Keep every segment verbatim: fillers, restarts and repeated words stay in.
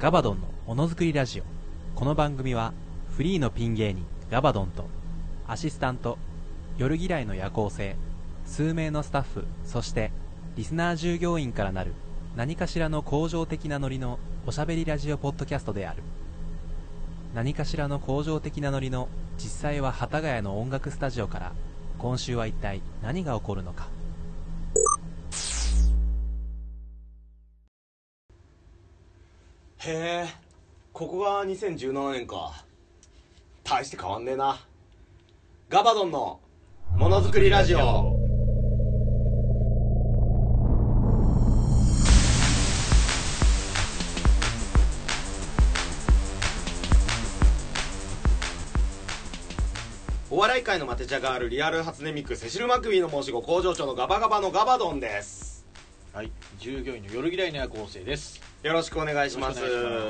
ガバドンのものづくりラジオ。この番組はフリーのピン芸人ガバドンとアシスタント、夜嫌いの夜行性、数名のスタッフ、そしてリスナー従業員からなる何かしらの向上的なノリのおしゃべりラジオポッドキャストである。何かしらの向上的なノリの実際は幡ヶ谷の音楽スタジオから、今週は一体何が起こるのか。 へえ、ここがにせんじゅうななねんか。大して変わんねえな。ガバドンのものづくりラジオ。お笑い界のマテ茶があるリアル初音ミクセシルマクビーの申し子工場長のガバガバのガバドンです。 はい、従業員の夜嫌いの夜行性です。 よろしくお願いします。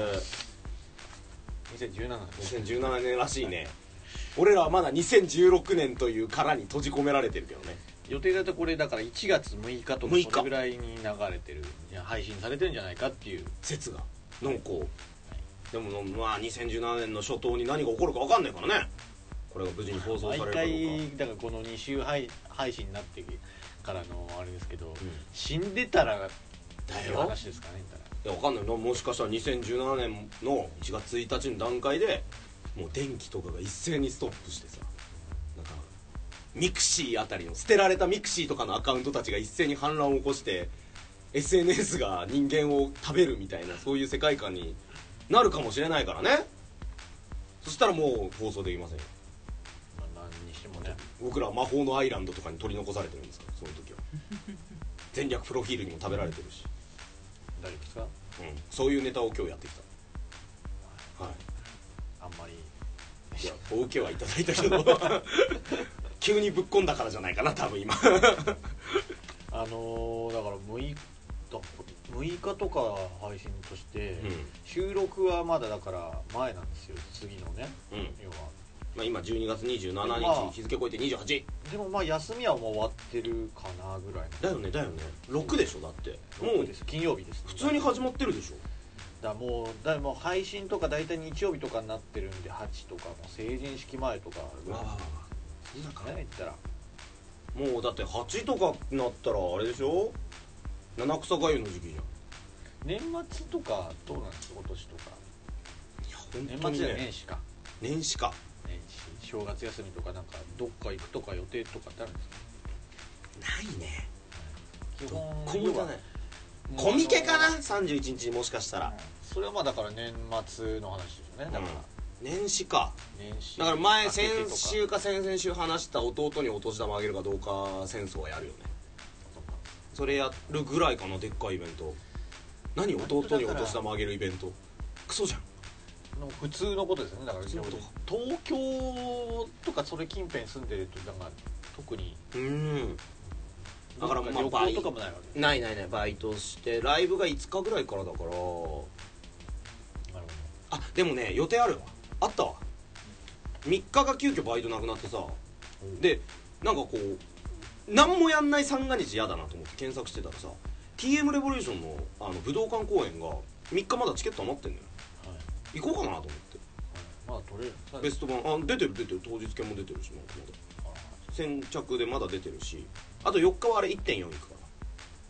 にせんじゅうななねんにせんじゅうななねんらしいね。俺らはまだにせんじゅうろくねんという殻に閉じ込められてるけどね。 予定だとこれだからいちがつむいかとかむいかそれぐらいに流れてる、いや配信されてるんじゃないかっていう説が濃厚、はい、でもまあにせんじゅうななねんの初頭に何が起こるか分かんないからね。これが無事に放送されるかどうか。 毎回だからこのに週配配信になってからのあれですけど、うん、死んでたらだよ話ですかね。 いや分かんないな。もしかしたらにせんじゅうななねんのいちがつついたちの段階でもう電気とかが一斉にストップしてさ、なんかミクシーあたりの捨てられたミクシーとかのアカウントたちが一斉に反乱を起こして エスエヌエス が人間を食べるみたいな、そういう世界観になるかもしれないからね。そしたらもう放送できませんよ。 まあ、何にしてもね、 僕らは魔法のアイランドとかに取り残されてるんですから、その時は全略プロフィールにも食べられてるし、 誰ですか、 うん、そういうネタを今日やってきた。はい、 あんまりいやお受けはいただいたけど急にぶっこんだからじゃないかな多分今あのー、だからむいかとか配信として、うん、収録はまだだから前なんですよ、次のね、うん、要は、 まあ、今じゅうにがつにじゅうしちにち、まあ、日付超えてにじゅうはち。 でもまあ休みはもう終わってるかなぐらいの。 だよねだよね、ろくでしょ。だってもうです金曜日です、ね、 普通に始まってるでしょ。 だからもうだもう配信とか大体日曜日とかになってるんで、はちとかも成人式前とかぐらい。 ああそんなかね、 言ったらもうだってはちとかになったらあれでしょ、七草がゆの時期じゃん。 年末とかどうなんですか、今年とか。 いや本当にね、 年末じゃ年始か年始か年始正月休みとかなんかどっか行くとか予定とかってあるんですか。 ないね、 基本どこもじゃない。コミケかな、さんじゅういちにちもしかしたら、うん、 それはまあだから年末の話ですよね。だから、うん、 年始か。 年始だから前先週か先々週話した弟にお年玉あげるかどうか戦争はやるよね。それやるぐらいかな、でっかいイベント。何弟にお年玉あげるイベント、クソじゃん。 普通のことですよね。だから東京とかそれ近辺住んでるとなんか特にうーんだからまあ旅行とかもないわけ。 ないないない。バイトしてライブがいつかぐらいからだから。なるほど。あでもね予定あるわ。あったわ。みっかが急遽バイトなくなってさ、うん、でなんかこう何もやんない三が日嫌だなと思って検索してたらさ、 ティーエム レボリューションのあの武道館公演がみっかまだチケット余ってんのよ、はい、行こうかなと思って、 はい、まあ取れるベスト版あ出てる出てる、当日券も出てるし、まだ先着でまだ出てるし、あとよっかはあれ いってんよん 行くから、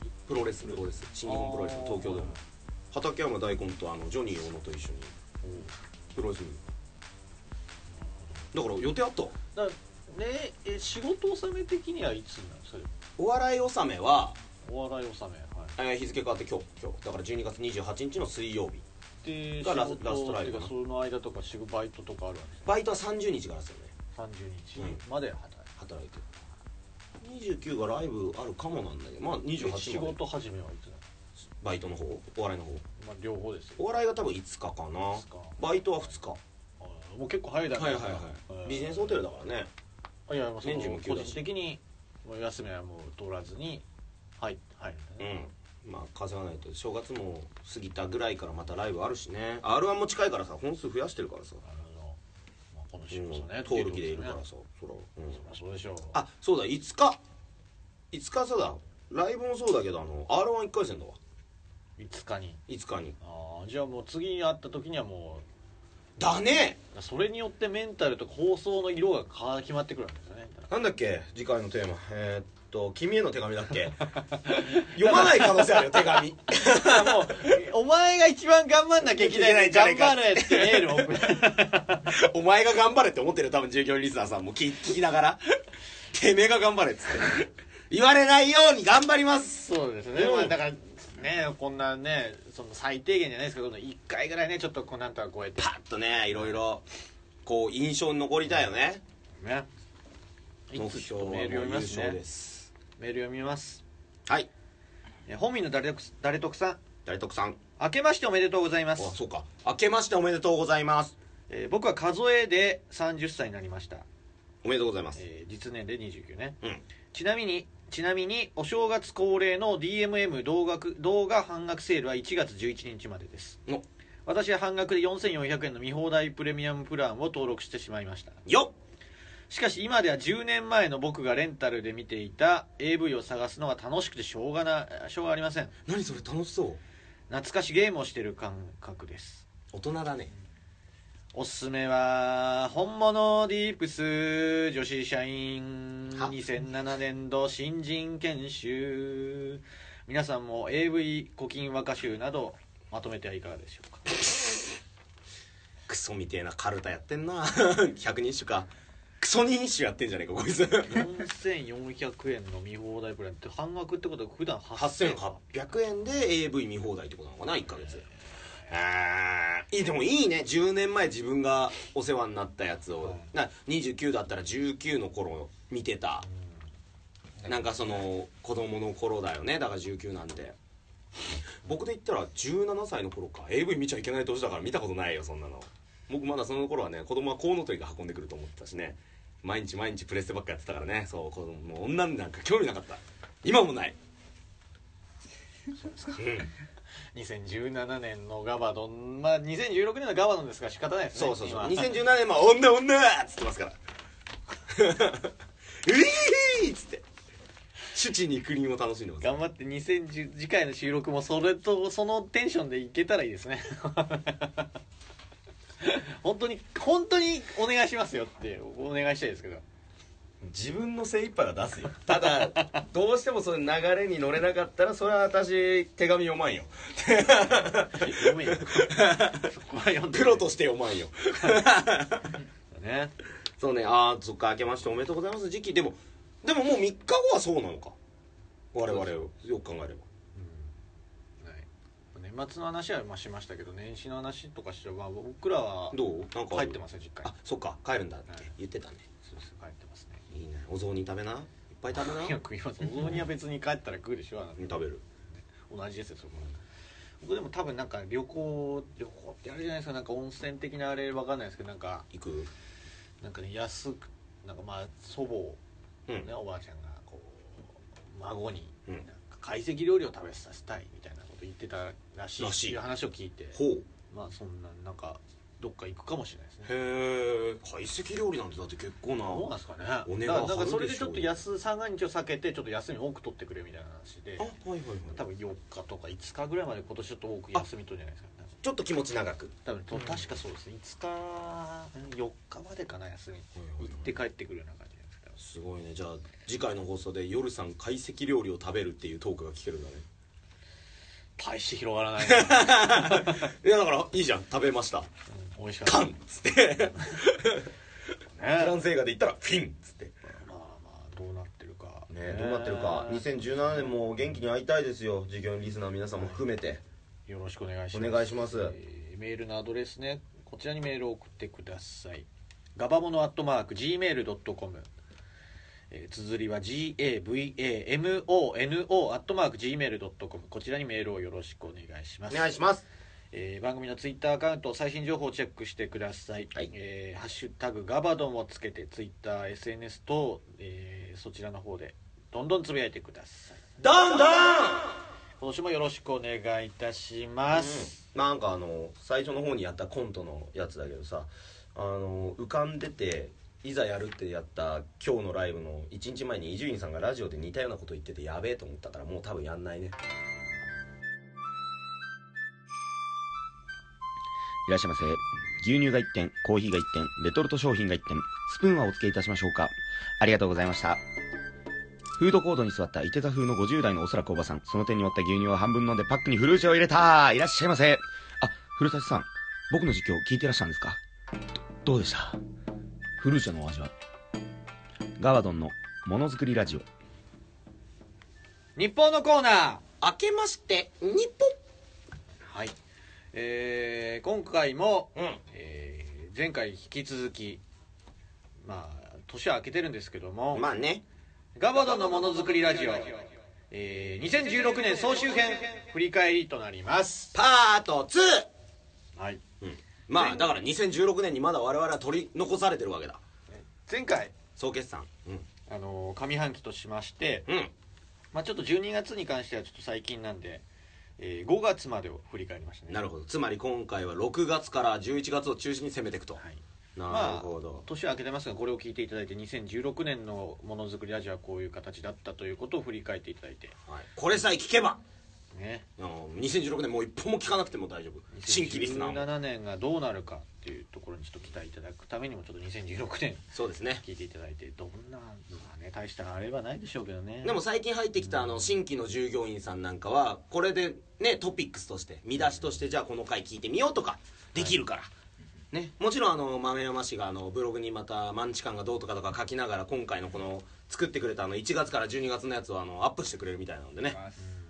プロレスプロレス新日本プロレスの東京でも畠山大根とあのジョニー小野と一緒にプロレス見る。だから予定あったわ。 だねえ、仕事納め的にはいつなんですか。 お笑い納めはお笑い納め、はい、 えー、日付変わって今日今日だからじゅうにがつにじゅうはちにちの水曜日でがラス、ラストライブかな。 その間とかバイトとかあるわけですか。 バイトはさんじゅうにちからですよね。 さんじゅうにちまで働いて、 うん、働いてる。にじゅうくがライブあるかもなんだけど、まあにじゅうはちまで。 仕事始めはいつなの。 バイトの方、お笑いの方、 まあ両方ですよ。 お笑いが多分いつかかな、バイトはふつか。 もう結構早いだけはいはいはい、ビジネスホテルだからね。 いや、年中無休だし、 個人的にもう休みはもう取らずに入入るんだね。 うん、まあ稼がないと。正月も過ぎたぐらいからまたライブあるしね。 アールワン も近いからさ、本数増やしてるからさ。 なるほど、まあ、この週こそね、 うん、通る気でいるからさ、そら、 うん、そりゃそうでしょう。 あ、そうだ、いつかいつかさだ、ライブもそうだけど、あの アールワンいっかい戦だわ。 いつかにいつかに。 ああじゃあもう次に会った時にはもうだね。 それによってメンタルとか放送の色が決まってくるんですよね。 なんだっけ次回のテーマ、えー、っと君への手紙だっけ読まない可能性あるよ手紙もうお前が一番頑張んなきゃいけない頑張れってメールを送るお前が頑張れって思ってるよ多分従業員リスナーさんも聞, 聞きながらてめえが頑張れっつって言われないように頑張ります。 そうですね、うん、まあ、だからねこんなねその最低限じゃないですけどいっかいぐらいねちょっとこうなんとかこうやってパッとねいろいろこう印象に残りたいよね。 ね目標はもう優勝です。 メール読みます。 はい。 本民の誰誰徳さん誰徳さん明けましておめでとうございます。 あそうか明けましておめでとうございます、 えー、僕は数えでさんじゅっさいになりました。 おめでとうございます、 えー、実年齢にじゅうきゅうね、 うん、 ちなみにちなみにお正月恒例の ディーエムエム 動画動画半額セールはいちがつじゅういちにちまでです。私は半額でよんせんよんひゃくえんの見放題プレミアムプランを登録してしまいましたよっ。 しかし今ではじゅうねんまえの僕がレンタルで見ていた エーブイ を探すのが楽しくてしょうがなしょうがありません。 何それ楽しそう。 懐かしゲームをしてる感覚です。 大人だね。 おすすめは本物ディープス女子社員にせんななねんど新人研修。皆さんも エーブイ 古今和歌集などまとめてはいかがでしょうか。 クソみてえなカルタやってんなひゃくにん種かクソにん種やってんじゃねえかこいつよんせんよんひゃくえんの見放題プランって半額ってことは普段はっせんはっぴゃくえんで エーブイ 見放題ってことなのかないっかげつ。あーいいでもいいね。じゅうねんまえ自分がお世話になったやつを、うん、なにじゅうきゅうだったらじゅうきゅうの頃見てた、うん、なんかその子供の頃だよね。だからじゅうきゅうなんで僕で言ったらじゅうななさいの頃か エーブイ 見ちゃいけない年だから見たことないよそんなの。僕まだその頃はね子供はコウノトリが運んでくると思ってたしね毎日毎日プレステばっかやってたからね。そう子供もう女になんか興味なかった。今もない。 そうですか、うんにせんじゅうななねんのガバドンまあにせんじゅうろくねんのガバドンですから仕方ないですね。 そうそうそうにせんじゅうななねんは女女っつってますからういーっつって主治肉林を楽しんでます。 頑張ってにせんじゅう次回の収録もそれとそのテンションでいけたらいいですね本当に本当にお願いしますよってお願いしたいですけど自分の精一杯は出すよ。ただどうしてもその流れに乗れなかったらそれは私手紙読まんよ読めよそこは読んで、ね、 プロとして読まんよね、 そうね。ああそっか明けましておめでとうございます時期でもでももうみっかごはそうなのか我々をよく考えれば、うんはい、年末の話はまあしましたけど年始の話とかしては僕らはどうなんか帰ってますよ実家に。 あそっか帰るんだって、はい、言ってたね。 そうです帰ってますね。 いいねお雑煮食べないっぱい食べな。 いや食います。お雑煮は別に帰ったら食うでしょ食べる、 ね、同じですよそこ。僕でも多分なんか旅行旅行ってあれじゃないですかなんか温泉的なあれわかんないですけどなんか行くなんかね安くなんかまあ祖母ね、うん、おばあちゃんがこう孫になんか懐石料理を食べさせたいみたいなこと言ってたらしいっていう話を聞いてほうまあそんななんかどっか行くかもしれないですね。 へえ懐石料理なんてだって結構などうなんですかね。 お値段だからそれでちょっと安三が日を避けてちょっと休み多く取ってくれみたいな話であ、はいはいはい、 多分よっかとかいつかぐらいまで今年ちょっと多く休み取るじゃないですか。 ちょっと気持ち長く多分、うん、確かそうですねいつかよっかまでかな休み、行って帰ってくるような感じですから。 すごいね。じゃあ次回の放送で夜さん懐石料理を食べるっていうトークが聞けるんだね。 大して広がらないいやだからいいじゃん食べました、うん、 美味しかったカンっつってね、フランス映画で言ったらフィンっつってまあまあどうなってるかね、ねどうなってるか。にせんじゅうななねんも元気に会いたいですよ。従業員リスナーの皆さんも含めて、はい、 よろしくお願いします。 お願いします、 えー、メールのアドレスねこちらにメールを送ってください。ガバモノアットマーク ジーメールドットコム、えー、綴りは ジーエーブイエーエムオーエヌオー アットマーク ジーメールドットコム こちらにメールをよろしくお願いします。 お願いします。 えー、番組のツイッターアカウント最新情報をチェックしてください、はいえー、ハッシュタグガバドンをつけてツイッター エスエヌエス 等、えー、そちらの方でどんどんつぶやいてください。 どんどん今年もよろしくお願いいたします、 うん、なんかあの最初の方にやったコントのやつだけどさあの浮かんでていざやるってやった今日のライブのいちにちまえに伊集院さんがラジオで似たようなこと言っててやべえと思ったからもう多分やんないね。 いらっしゃいませ。牛乳がいってん、コーヒーがいってん、レトルト商品がいってん、スプーンはお付けいたしましょうか。ありがとうございました。フードコートに座った伊手座風のごじゅう代のおそらくおばさん、その手に持った牛乳を半分飲んでパックにフルーチェを入れた。いらっしゃいませ。あ、古舘さん、僕の実況聞いてらっしゃるんですか。ど、どうでした？フルーチェのお味は。ガバドンのものづくりラジオ。 日本のコーナー、 明けまして日本。 はい、えー、今回も、 うんえー、前回引き続き、まあ年は明けてるんですけども、 まあね、 ガバドンのものづくりラジオ、えー、にせんじゅうろくねん総集編振り返りとなります。 パートツー。 はい、 うん、まあだからにせんじゅうろくねんにまだ我々は取り残されてるわけだ。 前回総決算、うんあのー上半期としまして、 うんまあ、ちょっとじゅうにがつに関してはちょっと最近なんで、えー、ごがつまでを振り返りましたね。 なるほど。つまり今回はろくがつからじゅういちがつを中心に攻めていくと、 はい、 なるほど、 まあ、年は明けてますがこれを聞いていただいてにせんじゅうろくねんのものづくりラジオはこういう形だったということを振り返っていただいて、 はい、これさえ聞けば、 ね、 うん、にせんじゅうろくねんもう一歩も聞かなくても大丈夫。新規リスナーもにせんじゅうななねんがどうなるかっていうところにちょっと期待いただくためにもちょっとにせんじゅうろくねんそうですね。 聞いていただいて、どんな、まあね、大したあれはないでしょうけどね。 でも最近入ってきたあの新規の従業員さんなんかはこれでねトピックスとして見出しとしてじゃあこの回聞いてみようとかできるから、ね、もちろんあの豆山氏があのブログにまたマンチカンがどうとかとか書きながら今回のこの作ってくれたあのいちがつからじゅうにがつのやつをあのアップしてくれるみたいなのでね。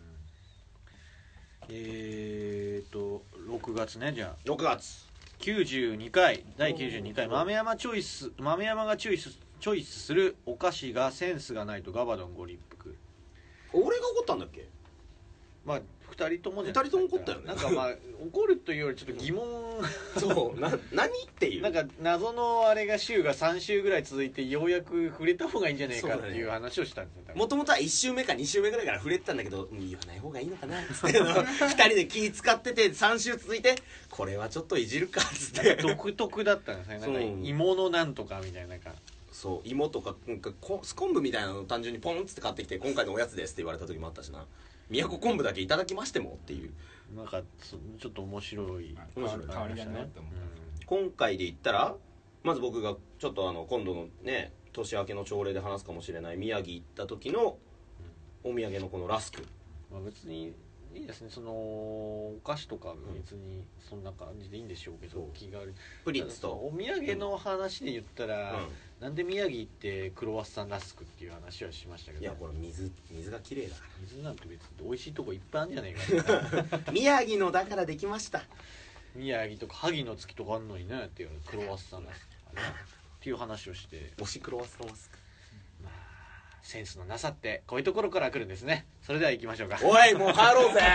えーとろくがつね、じゃあろくがつきゅうじゅうにかいだいきゅうじゅうにかい豆山チョイス豆山がチョイスチョイスするお菓子がセンスがないとガバドンご立腹。 俺が怒ったんだっけ。 まあふたりともじゃふたりとも怒ったよねなんかまあ怒るというよりちょっと疑問そうな何っていうなんか謎のあれが週がさん週ぐらい続いてようやく触れた方がいいんじゃねえかっていう話をしたんですよ。 もともとはいっ週目かに週目ぐらいから触れてたんだけど言わない方がいいのかなっつってふたりで気使っててさん週続いてこれはちょっといじるかっつって独特だったんですね。なんか芋のなんとかみたいな、なんかそう芋とかなんかこス昆布みたいなのを単純にポンっつって買ってきて今回のおやつですって言われた時もあったしな。宮古昆布だけいただきましてもっていうなんかちょっと面白い面白い変わりましたね。 今回で言ったらまず僕がちょっとあの今度のね年明けの朝礼で話すかもしれない宮城行った時のお土産のこのラスク、 まあ、別にいいですね。そのお菓子とか別にそんな感じでいいんでしょうけど、うん、気軽にプリッツとお土産の話で言ったら、 うん、 なんで宮城行ってクロワッサンラスクっていう話はしましたけど、 いやこれ水水が綺麗だから水なんて別に美味しいとこいっぱいあるんじゃないかな宮城のだからできました。 宮城とか萩の月とかあんのにねっていうクロワッサンラスクとかねっていう話をして、 推しクロワッサンラスク、 まあセンスのなさってこういうところから来るんですね。それでは行きましょうか。 おいもう帰ろうぜ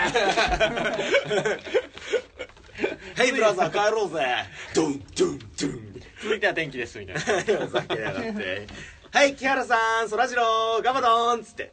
ヘイブラザー帰ろうぜドンドンドン続いては天気ですみたいなふざけやがってはい木原さんそらジローガバドンっつって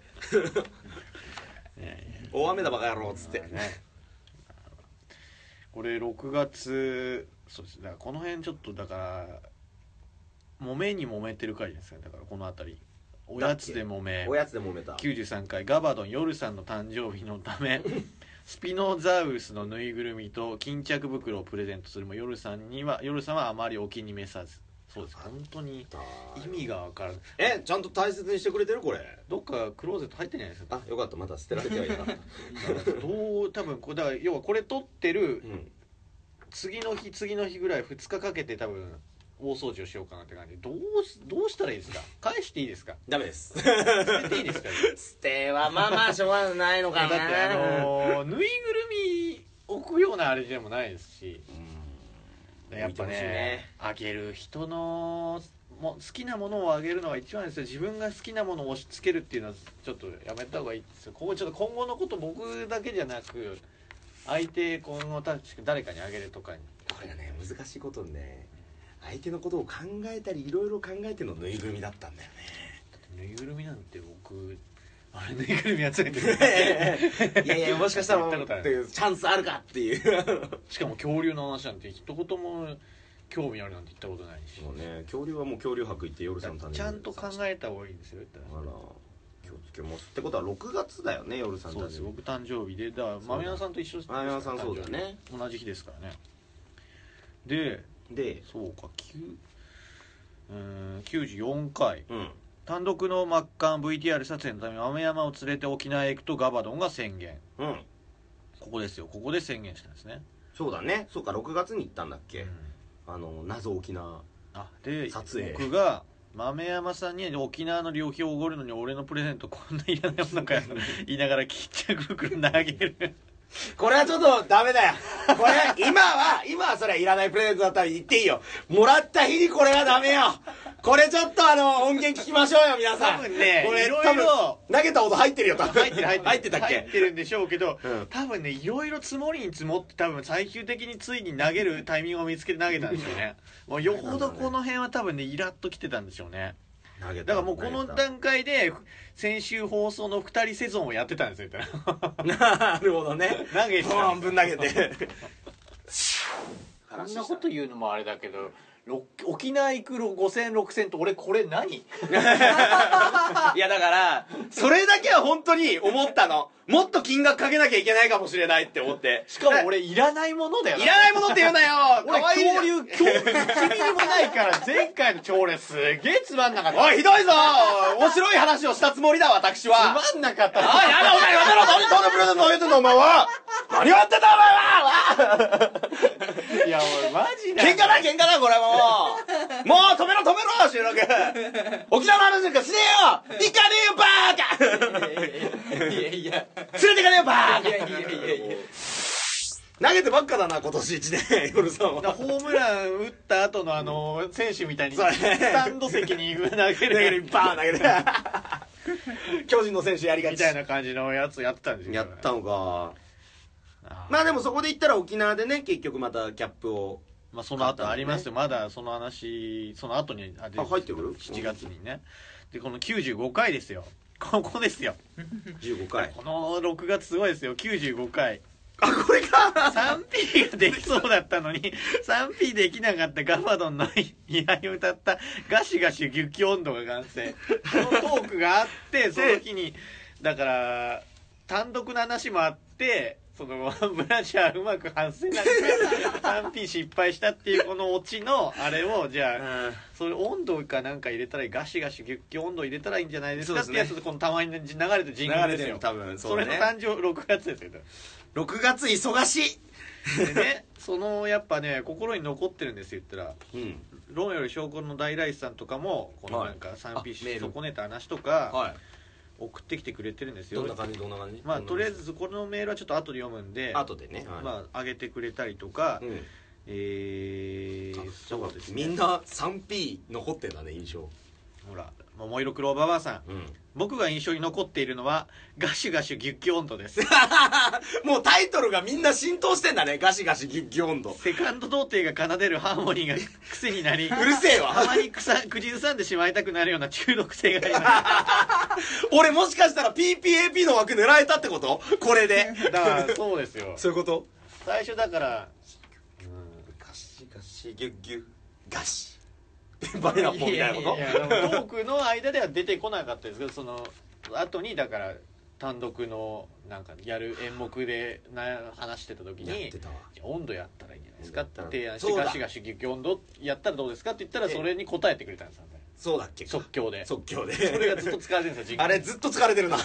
大雨だバカ野郎っつって、 ね、これろくがつそうです。だからこの辺ちょっとだから揉めに揉めてる回ですね。だからこの辺りおやつで揉めおやつで揉めたきゅうじゅうさんかいガバドン夜さんの誕生日のためスピノザウルスのぬいぐるみと巾着袋をプレゼントするも夜さんには夜さんはあまりお気に召さず。そうです。本当に意味が分からない。 えちゃんと大切にしてくれてるこれ。 どっかクローゼット入ってんじゃないですか。 あよかった。まだ捨てられてはいなかったどう多分これだから要はこれ取ってる、 うん、 次の日次の日ぐらいふつかかけて多分大掃除をしようかなって感じで、どうどうしたらいいですか。返していいですか。 ダメです捨てていいですか捨てはまあまあしょうがないのかな。 だってあのー、ぬいぐるみ置くようなあれでもないですし、うん、やっぱ ね, ねあげる人のも好きなものをあげるのが一番ですよ。自分が好きなものを押し付けるっていうのはちょっとやめた方がいいですよ。ここちょっと今後のこと僕だけじゃなく相手今後誰かにあげるとかにこれがね難しいことね相手のことを考えたりいろいろ考えてのぬいぐるみだったんだよね。 ぬいぐるみなんて僕あれぬいぐるみ集めてるいやいやもしかしたらっていうチャンスあるかっていうしかも恐竜の話なんて一言も興味あるなんて言ったことないし、 もうね恐竜はもう恐竜博行って夜さんの誕生日ちゃんと考えた方がいいんですよ。 あら気をつけますってことはろくがつだよね夜さん誕生日。 そうです。僕誕生日でだから豆山さんと一緒です。 豆山さんそうだね同じ日ですからね。 ででそうかきゅううーんきゅうじゅうよんかいうん単独のマッカン ブイティーアール 撮影のため豆山を連れて沖縄へ行くとガバドンが宣言。 うんここですよ、ここで宣言したんですね。 そうだね。そうかろくがつに行ったんだっけ、 うんあの謎沖縄。 あで撮影僕が豆山さんに沖縄の旅費をおごるのに俺のプレゼントこんないらないものかよと言いながら巾着袋投げるこれはちょっとダメだよ。これ今は今はそれはいらないプレゼントだったら言っていいよ。もらった日にこれはダメよ。これちょっとあの音源聞きましょうよ皆さん。 多分ねこれいろいろ多分投げた音入ってるよ。多分入ってる入ってる入ってたっけ。 入ってるんでしょうけど、 うん多分ねいろいろ積もりに積もって多分最終的についに投げるタイミングを見つけて投げたんですよねもうよほどこの辺は多分ねイラッときてたんでしょうね。 投げただからもうこの投げ段階で先週放送のふたりセゾンをやってたんですよ言ったたなるほどね。 ら投げてた半分投げて。 こんなこと言うのもあれだけどろ沖縄行くごせんろくせんと俺これ何いやだからそれだけは本当に思ったの。もっと金額かけなきゃいけないかもしれないって思って。 しかも俺いらないものだよいらないものって言うなよ。 俺可愛いじゃん恐竜恐竜いちミリもないから前回の朝礼すげえつまんなかったおいひどいぞ。面白い話をしたつもりだ私は。 つまんなかったああやだお前やめろ。何そんなプレゼントあげてんだお前は。何をやってんだお前は。 いや俺マジだ喧嘩だ喧嘩だこれもう。もう止めろ止めろ収録。沖縄の話なんかしねえよ。行かねえよバーカ。 いやいや連れてかねえよバーカ。 いやいやいやいや投げてばっかだな今年一年夜さんは。 ホームラン打った後のあの選手みたいにそうねスタンド席に投げ投げるるバーン投げる。巨人の選手やりがちみたいな感じのやつやってたんですよやったのか。 あーまあでもそこで言ったら沖縄でね結局またキャップを。 まあその後ありますよ、まだその話その後にああ入ってくるしちがつにねでこのきゅうじゅうごかいですよここですよじゅうごかい。 このろくがつすごいですよきゅうじゅうごかいあこれか。 スリーピー ができそうだったのに スリーピー できなかったガバドンの依頼を歌ったガシガシギュッキ温度が完成そのトークがあってその日にだから単独の話もあってそのブラジャーうまく外せなくて スリーピー 失敗したっていうこのオチのあれをじゃあそれ温度かなんか入れたらガシガシギュッキ温度入れたらいいんじゃないですかってやつでこのたまに流れてるジングルですよ多分それの誕生ろくがつですよろくがつ忙しい。 でねそのやっぱね心に残ってるんですよ言ったらうん論より証拠の大来さんとかもこのなんか スリーピあメールー 損ねた話とかは送ってきてくれてるんですい。 よどんな感じどんな感じ。 まあとりあえずこのメールはちょっと後で読むんで後でね。はいまあ上げてくれたりとかうん。 えーあそうですねみんな スリーピー 残ってんだね印象。 ほら桃色クローバーバーさんうん。 僕が印象に残っているのはガシュガシュギュッキ温度ですもうタイトルがみんな浸透してんだね。ガシガシギュッギュ温度。 セカンド童貞が奏でるハーモニーが癖になりうるせえわ。 たまにくさ口ずさんでしまいたくなるような中毒性があります俺もしかしたら ピーピーエーピー の枠狙えたってことこれで。 だからそうですよそういうこと最初だからガシガシギュッギュガシ。バレラポンみたいなこといやいやいやトークの間では出てこなかったですけどその後にだから単独のなんかやる演目でな話してた時にやってたわじゃあ温度やったらいいんじゃないですかって温度提案してそうだガシガシギュッギュ温度やったらどうですかって言ったらそれに答えてくれたんですよねそうだっけ即興で即興で。 それがずっと使われてるんですよあれずっと疲れてるな。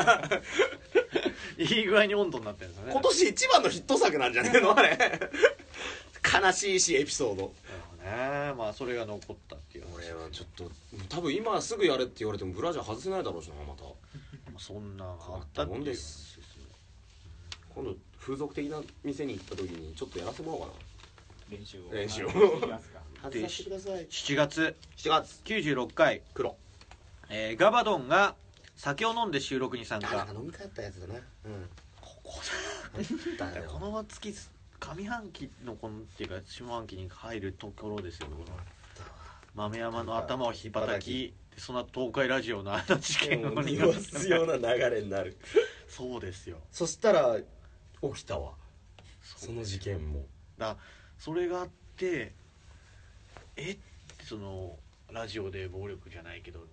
いい具合に温度になってるんですよね今年一番のヒット作なんじゃねえのあれ。悲しいしエピソード。 ねまあそれが残ったっていう俺はちょっと多分今すぐやれって言われてもブラジャー外せないだろうしなまた。 そんなあ変わっったっていうたもんです。今度風俗的な店に行った時にちょっとやらせてもらおうか練習を練習をしてきますかな。外させてください。 しちがつしちがつきゅうじゅうろっかい、 黒。 えーガバドンが酒を飲んで収録に参加あなんか飲み会あったやつだな。うん。 ここだだこの月上半期のこのっていうか下半期に入るところですよこの豆山の頭をひっぱたきでその後東海ラジオのあの事件を言わすような流れになる。 そうですよそしたら起きたわ。その事件も。 だそれがあってえってそのラジオで暴力じゃないけど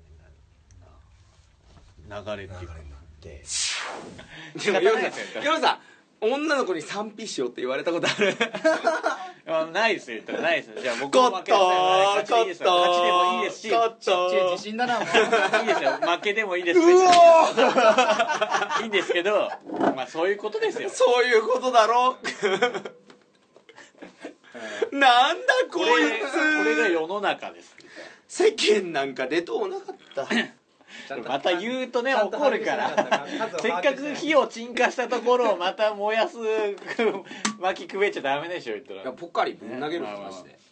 なな流れっていうかで。 仕方ないですよヨルさん女の子に賛否しようって言われたことある。 あないですよ言ったらないですよ。じゃあ僕コットも負け勝ちでいいですよ。勝ちでもいいですし、 コット自信だなもういいですよ。負けでもいいですし、 うおいいんですけど、まあそういうことですよ。 そういうことだろなんだこいこれこれがつ世の中です。 世間なんか出とうなかったまた言うとねちゃんと怒るから把握してなかった数をせっかく火を鎮火したところをまた燃やす薪くべちゃダメでしょ言ったら。 ポッカリぶん投げるねまあまあマジで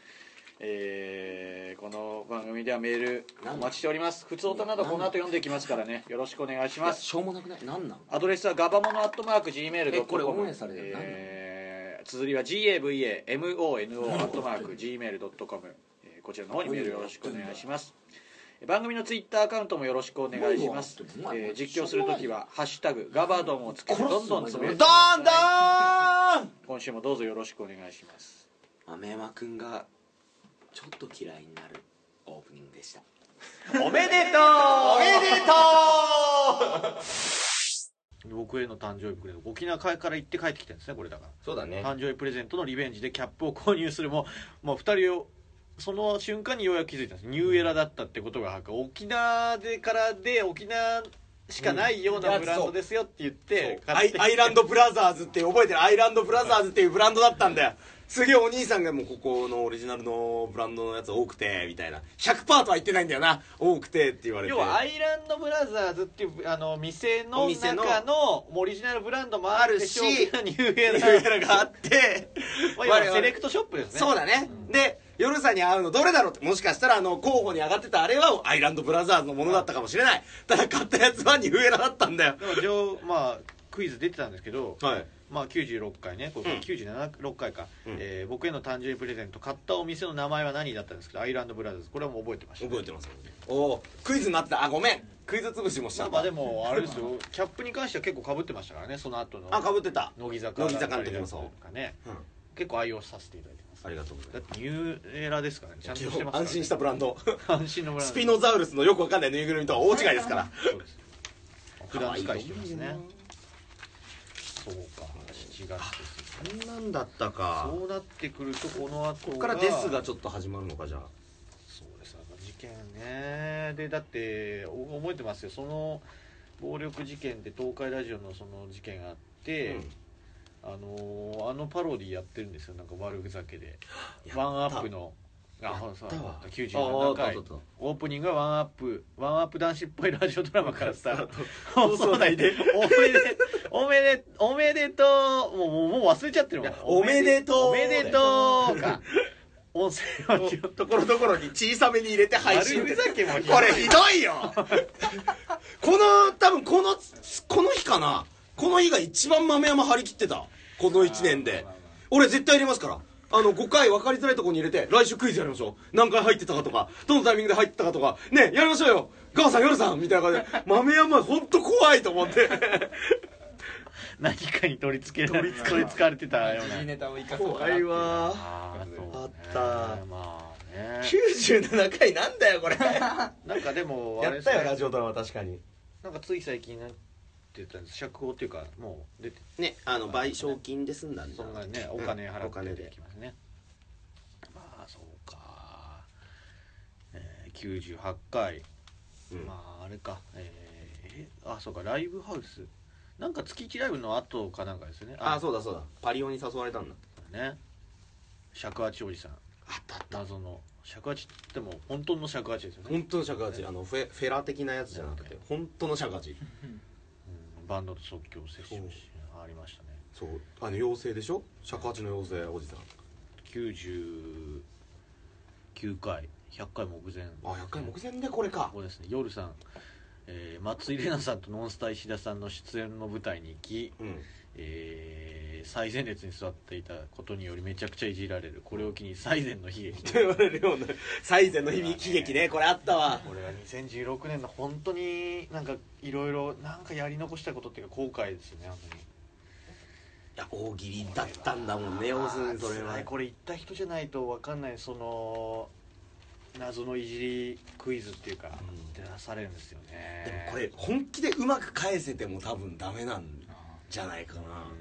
えーこの番組ではメールお待ちしております。普通歌などこの後読んでいきますからね、よろしくお願いします。 しょうもなくないなんなんアドレスはガバモノアットマーク ジーメールドットコム、 えこれオンエアされてるのえー綴りは ジーエーブイエーエムオーエヌオー アットマーク ジーメールドットコム、えーこちらの方にメールよろしくお願いします。番組のツイッターアカウントもよろしくお願いします。えー実況するときはハッシュタグガバドンをつけてどんどんつぶやいてどんどん今週もどうぞよろしくお願いします。 豆山くんがちょっと嫌いになるオープニングでしたおめでとうおめでとう僕への誕生日プレゼント、沖縄から行って帰ってきてるんですねこれだから。 そうだね誕生日プレゼントのリベンジでキャップを購入するももうふたりをその瞬間にようやく気づいたんです。ニューエラだったってことが発覚。沖縄でからで沖縄しかないようなブランドですよって言ってアイ買ってきてアイランドブラザーズって覚えてるアイランドブラザーズっていうブランドだったんだよ。すげえお兄さんがもうここのオリジナルのブランドのやつ多くてみたいな ひゃくパーセント とは言ってないんだよな多くてって言われて要はアイランドブラザーズっていうあの店のお店の中のオリジナルブランドもあるしあるしニューエラニューエラがあってまあ要はセレクトショップですね。 そうだね、で夜さんに会うのどれだろうってもしかしたらあの候補に上がってたあれはアイランドブラザーズのものだったかもしれない。ただ買ったやつはニューエラだったんだよ。 でも上まあクイズ出てたんですけど、 はいまあきゅうじゅうろっかいねこれうんきゅうじゅうなな、ろっかいか、 うんえー僕への誕生日プレゼント買ったお店の名前は何だったんですけどアイランドブラザーズ、これはもう覚えてました、 覚えてますおおクイズになってた。あごめんクイズ潰しもしちゃった。 まあまあでもあれですよキャップに関しては結構被ってましたからね。その後のあかぶってた。 乃木坂乃木坂の時もそうとかね、 うん結構愛用させていただいてます。 ありがとうございます。 だってニューエラですからね、ちゃんとしてますから、ね、 安心したブランド安心のブランドスピノザウルスのよくわかんないぬいぐるみとは大違いですからそうです普段使いしてますね。そうかしちがつですよ。 そんなんだったか。 そうなってくるとこの後ここからデスがちょっと始まるのか。じゃあそうです事件ね。でだってお覚えてますよ、その暴力事件で東海ラジオのその事件があって、あのあのパロディやってるんですよ、なんか悪ふざけでワンアップのあやったわきゅうじゅうななかいあああったあったオープニングがワンアップワンアップ男子っぽいラジオドラマからスタート放送内でおめでおめでおめでとうもうもうもう忘れちゃってるもん。 おめでとうおめでとうか音声をところどころに小さめに入れて配信。 悪ふざけもひどいこれひどいよこの多分このこの日かな、この日が一番豆山張り切ってたこのいちねんで。俺絶対入れますから。あのごかい分かりづらいところに入れて来週クイズやりましょう。何回入ってたかとかどのタイミングで入ってたかとかねやりましょうよガーさん夜さんみたいな感じで豆山ほんと怖いと思って何かに取り付けられ取り付かれてたような。 いいネタを生かそうかな怖いわあーそうねあったまあねきゅうじゅうななかいなんだよこれやなんかでもあれったよラジオドラマ確かになんかつい最近なんて言ったんです釈放っていうかもう出てねあの賠償金で済んだんだそんなにねお金払お金でってきますね。まあそうか、えー、きゅうじゅうはちかい、 うんまああれかえー、あそうかライブハウスなんか月いちライブの後かなんかですよね。 あそうだそうだパリオに誘われたんだね尺八おじさんあったあった謎の尺八っても本当の尺八ですよね。 本当の尺八あのフェフェラ的なやつじゃなくて本当の尺八うんバンドと即興セッションしありましたね。 そうあの妖精でしょ尺八の妖精おじさんきゅうじゅうきゅうかいひゃっかい目前。 あひゃっかい目前でこれかここですね夜さん、えー松井玲奈さんとノンスター石田さんの出演の舞台に行き、 うんえー最前列に座っていたことによりめちゃくちゃいじられる。これを機に最前の悲劇と言われるような最前の悲劇ねこれあったわこれはにせんじゅうろくねんの本当になんかいろいろなんかやり残したことっていうか後悔ですよね本当に。 いや大喜利だったんだもんね要するにそれは辛いこれ言った人じゃないと分かんないその謎のいじりクイズっていうか、 うん出されるんですよね。 でもこれ本気でうまく返せても多分ダメなんじゃないかな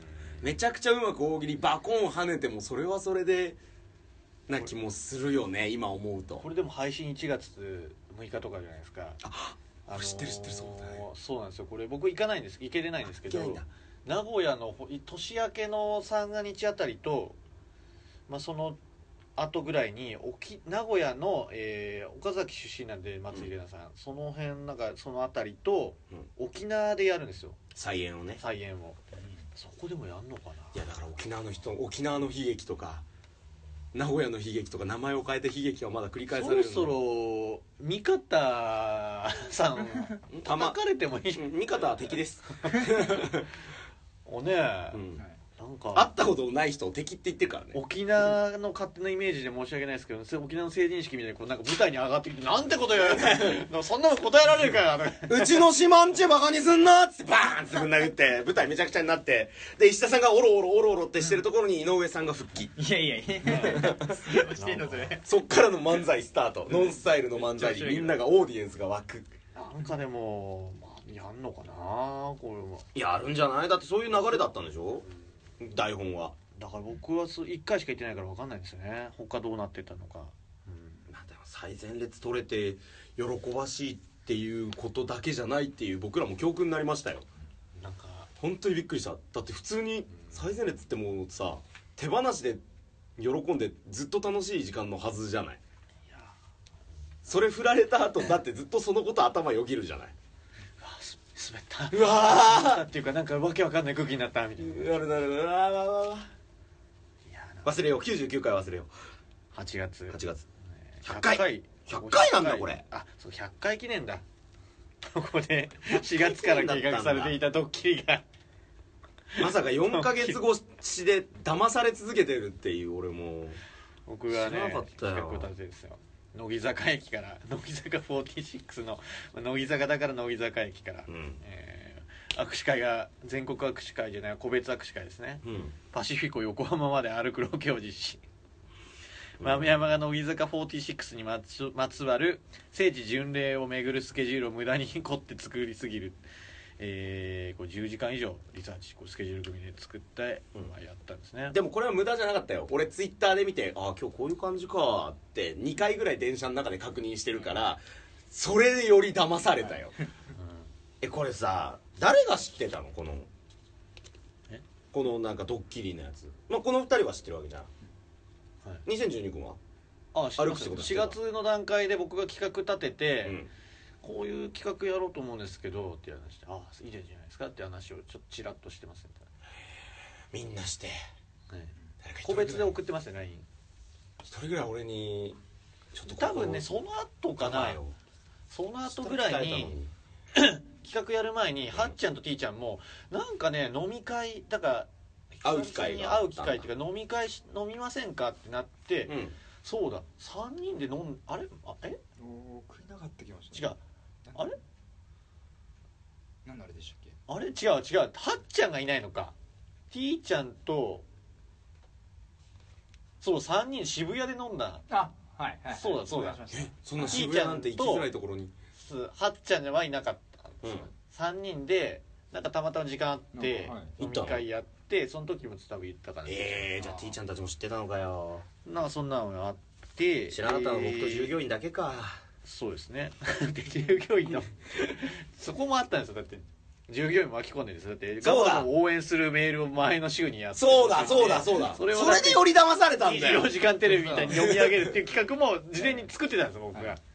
めちゃくちゃうまく大喜利バコン跳ねてもそれはそれでな気もするよね今思うと。 これでも配信いちがつむいかとかじゃないですか。 あ、 あのー、 知ってる知ってる、そうだね。 そうなんですよ。これ僕行かないんです行けれないんですけど、 行けないんだ。 名古屋の年明けの三が日あたりと、まあ、その後ぐらいに沖名古屋の、えー、岡崎出身なんで松井玲奈さん、うん、その辺なんかそのあたりと、うん、沖縄でやるんですよ、 再演をね。 再演を、うん、そこでもやんのかな。 いやだから沖縄の人、沖縄の悲劇とか名古屋の悲劇とか名前を変えて悲劇はまだ繰り返されるの。 そろそろ三方さん叩かれてもいい。 三方は敵ですおねえ、うん、なんか会ったことのない人を敵って言ってるからね。 沖縄の勝手なイメージで申し訳ないですけど、沖縄の成人式みたいにこうなんか舞台に上がってきてなんてこと言うそんなの答えられるかようちのシマンチェバカにすんなっつってバーンってぶん殴って舞台めちゃくちゃになって、で石田さんがオロオロオロオロってしてるところに井上さんが復帰。 いやいやいやしてんのそれ。 そっからの漫才スタート、ノンスタイルの漫才にみんながオーディエンスが湧く。 なんかでも、まあ、やんのかなこれは。 やるんじゃない？だってそういう流れだったんでしょ、うん、台本は。 だから僕はいっかいしか行ってないから分かんないんですよね、他どうなってたのか、 うん、まあでも最前列取れて喜ばしいっていうことだけじゃないっていう僕らも教訓になりましたよ。 なんか本当にびっくりした。だって普通に最前列ってもうさ、手放しで喜んでずっと楽しい時間のはずじゃない。いやそれ振られた後だってずっとそのこと頭よぎるじゃない。 滑ったうわーっていうかなんかわけわかんない空気になったみたいな。 なるなるなる。うわーわーわー忘れよう。きゅうじゅうきゅうかい忘れよう。 はちがつはちがつひゃっかいひゃっかいなんだこれ。 あ、そうひゃっかい記念だ。ここでしがつから計画されていたドッキリがまさかよんかげつ越しで騙され続けてるっていう。俺も僕がね知らなかったよ。 企画を立ててですよ、乃木坂駅から乃木坂フォーティーシックスの乃木坂だから乃木坂駅から、うんえー、握手会が全国握手会じゃない個別握手会ですね、うん、パシフィコ横浜まで歩くロケを実施、うん、豆山が乃木坂フォーティーシックスにまつ、まつわる聖地巡礼を巡るスケジュールを無駄に凝って作りすぎる、えー、これじゅうじかん以上リサーチこうスケジュール組みで作って、うんまあ、やったんですね。 でもこれは無駄じゃなかったよ。俺ツイッターで見て、ああ今日こういう感じかってにかいぐらい電車の中で確認してるから、それでより騙されたよ、うん、えこれさ誰が知ってたのこのえこのなんかドッキリのやつ、まあ、このふたりは知ってるわけじゃん、はい、にせんじゅうにくんはあ知ってますよ。しがつの段階で僕が企画立てて、うんこういう企画やろうと思うんですけどって話して、ああいいじゃないですかって話をちょっとチラッとしてますみたいな。みんなして、 はい、個別で送ってますよ ライン。 一人ぐらい俺にちょっと多分ねその後かなその後ぐらいに企画やる前に、うん、はっちゃんと T ちゃんもなんかね飲み会だから会う機会が会う機会っていうか飲み会し飲みませんかってなって、うん、そうださんにんで飲んあれあえ送りなかった気がした、 ね、違うあれ何のあれでしたっけ。 あれ違う違うはっちゃんがいないのか T ちゃんとそうさんにん渋谷で飲んだ。 あはいはい、はい、 そうだそうだ。 えそんな渋谷なんて行きづらいところにはっちゃんはいなかった、うん、さんにんでなんかたまたま時間あって飲み会やってその時も多分言ったかな。 えー、じゃあ T ちゃんたちも知ってたのかよ。 なんかそんなのがあって知らなかったのは僕と従業員だけか、えーそうですねで従業員のそこもあったんですよ。だって従業員巻き込んでるんですよ。だってガバを応援するメールを前の週にやってそうだそうだそうだそれ, それでより騙されたんだよ。 にじゅうよじかんテレビみたいに読み上げるっていう企画も事前に作ってたんですよ僕が、はい、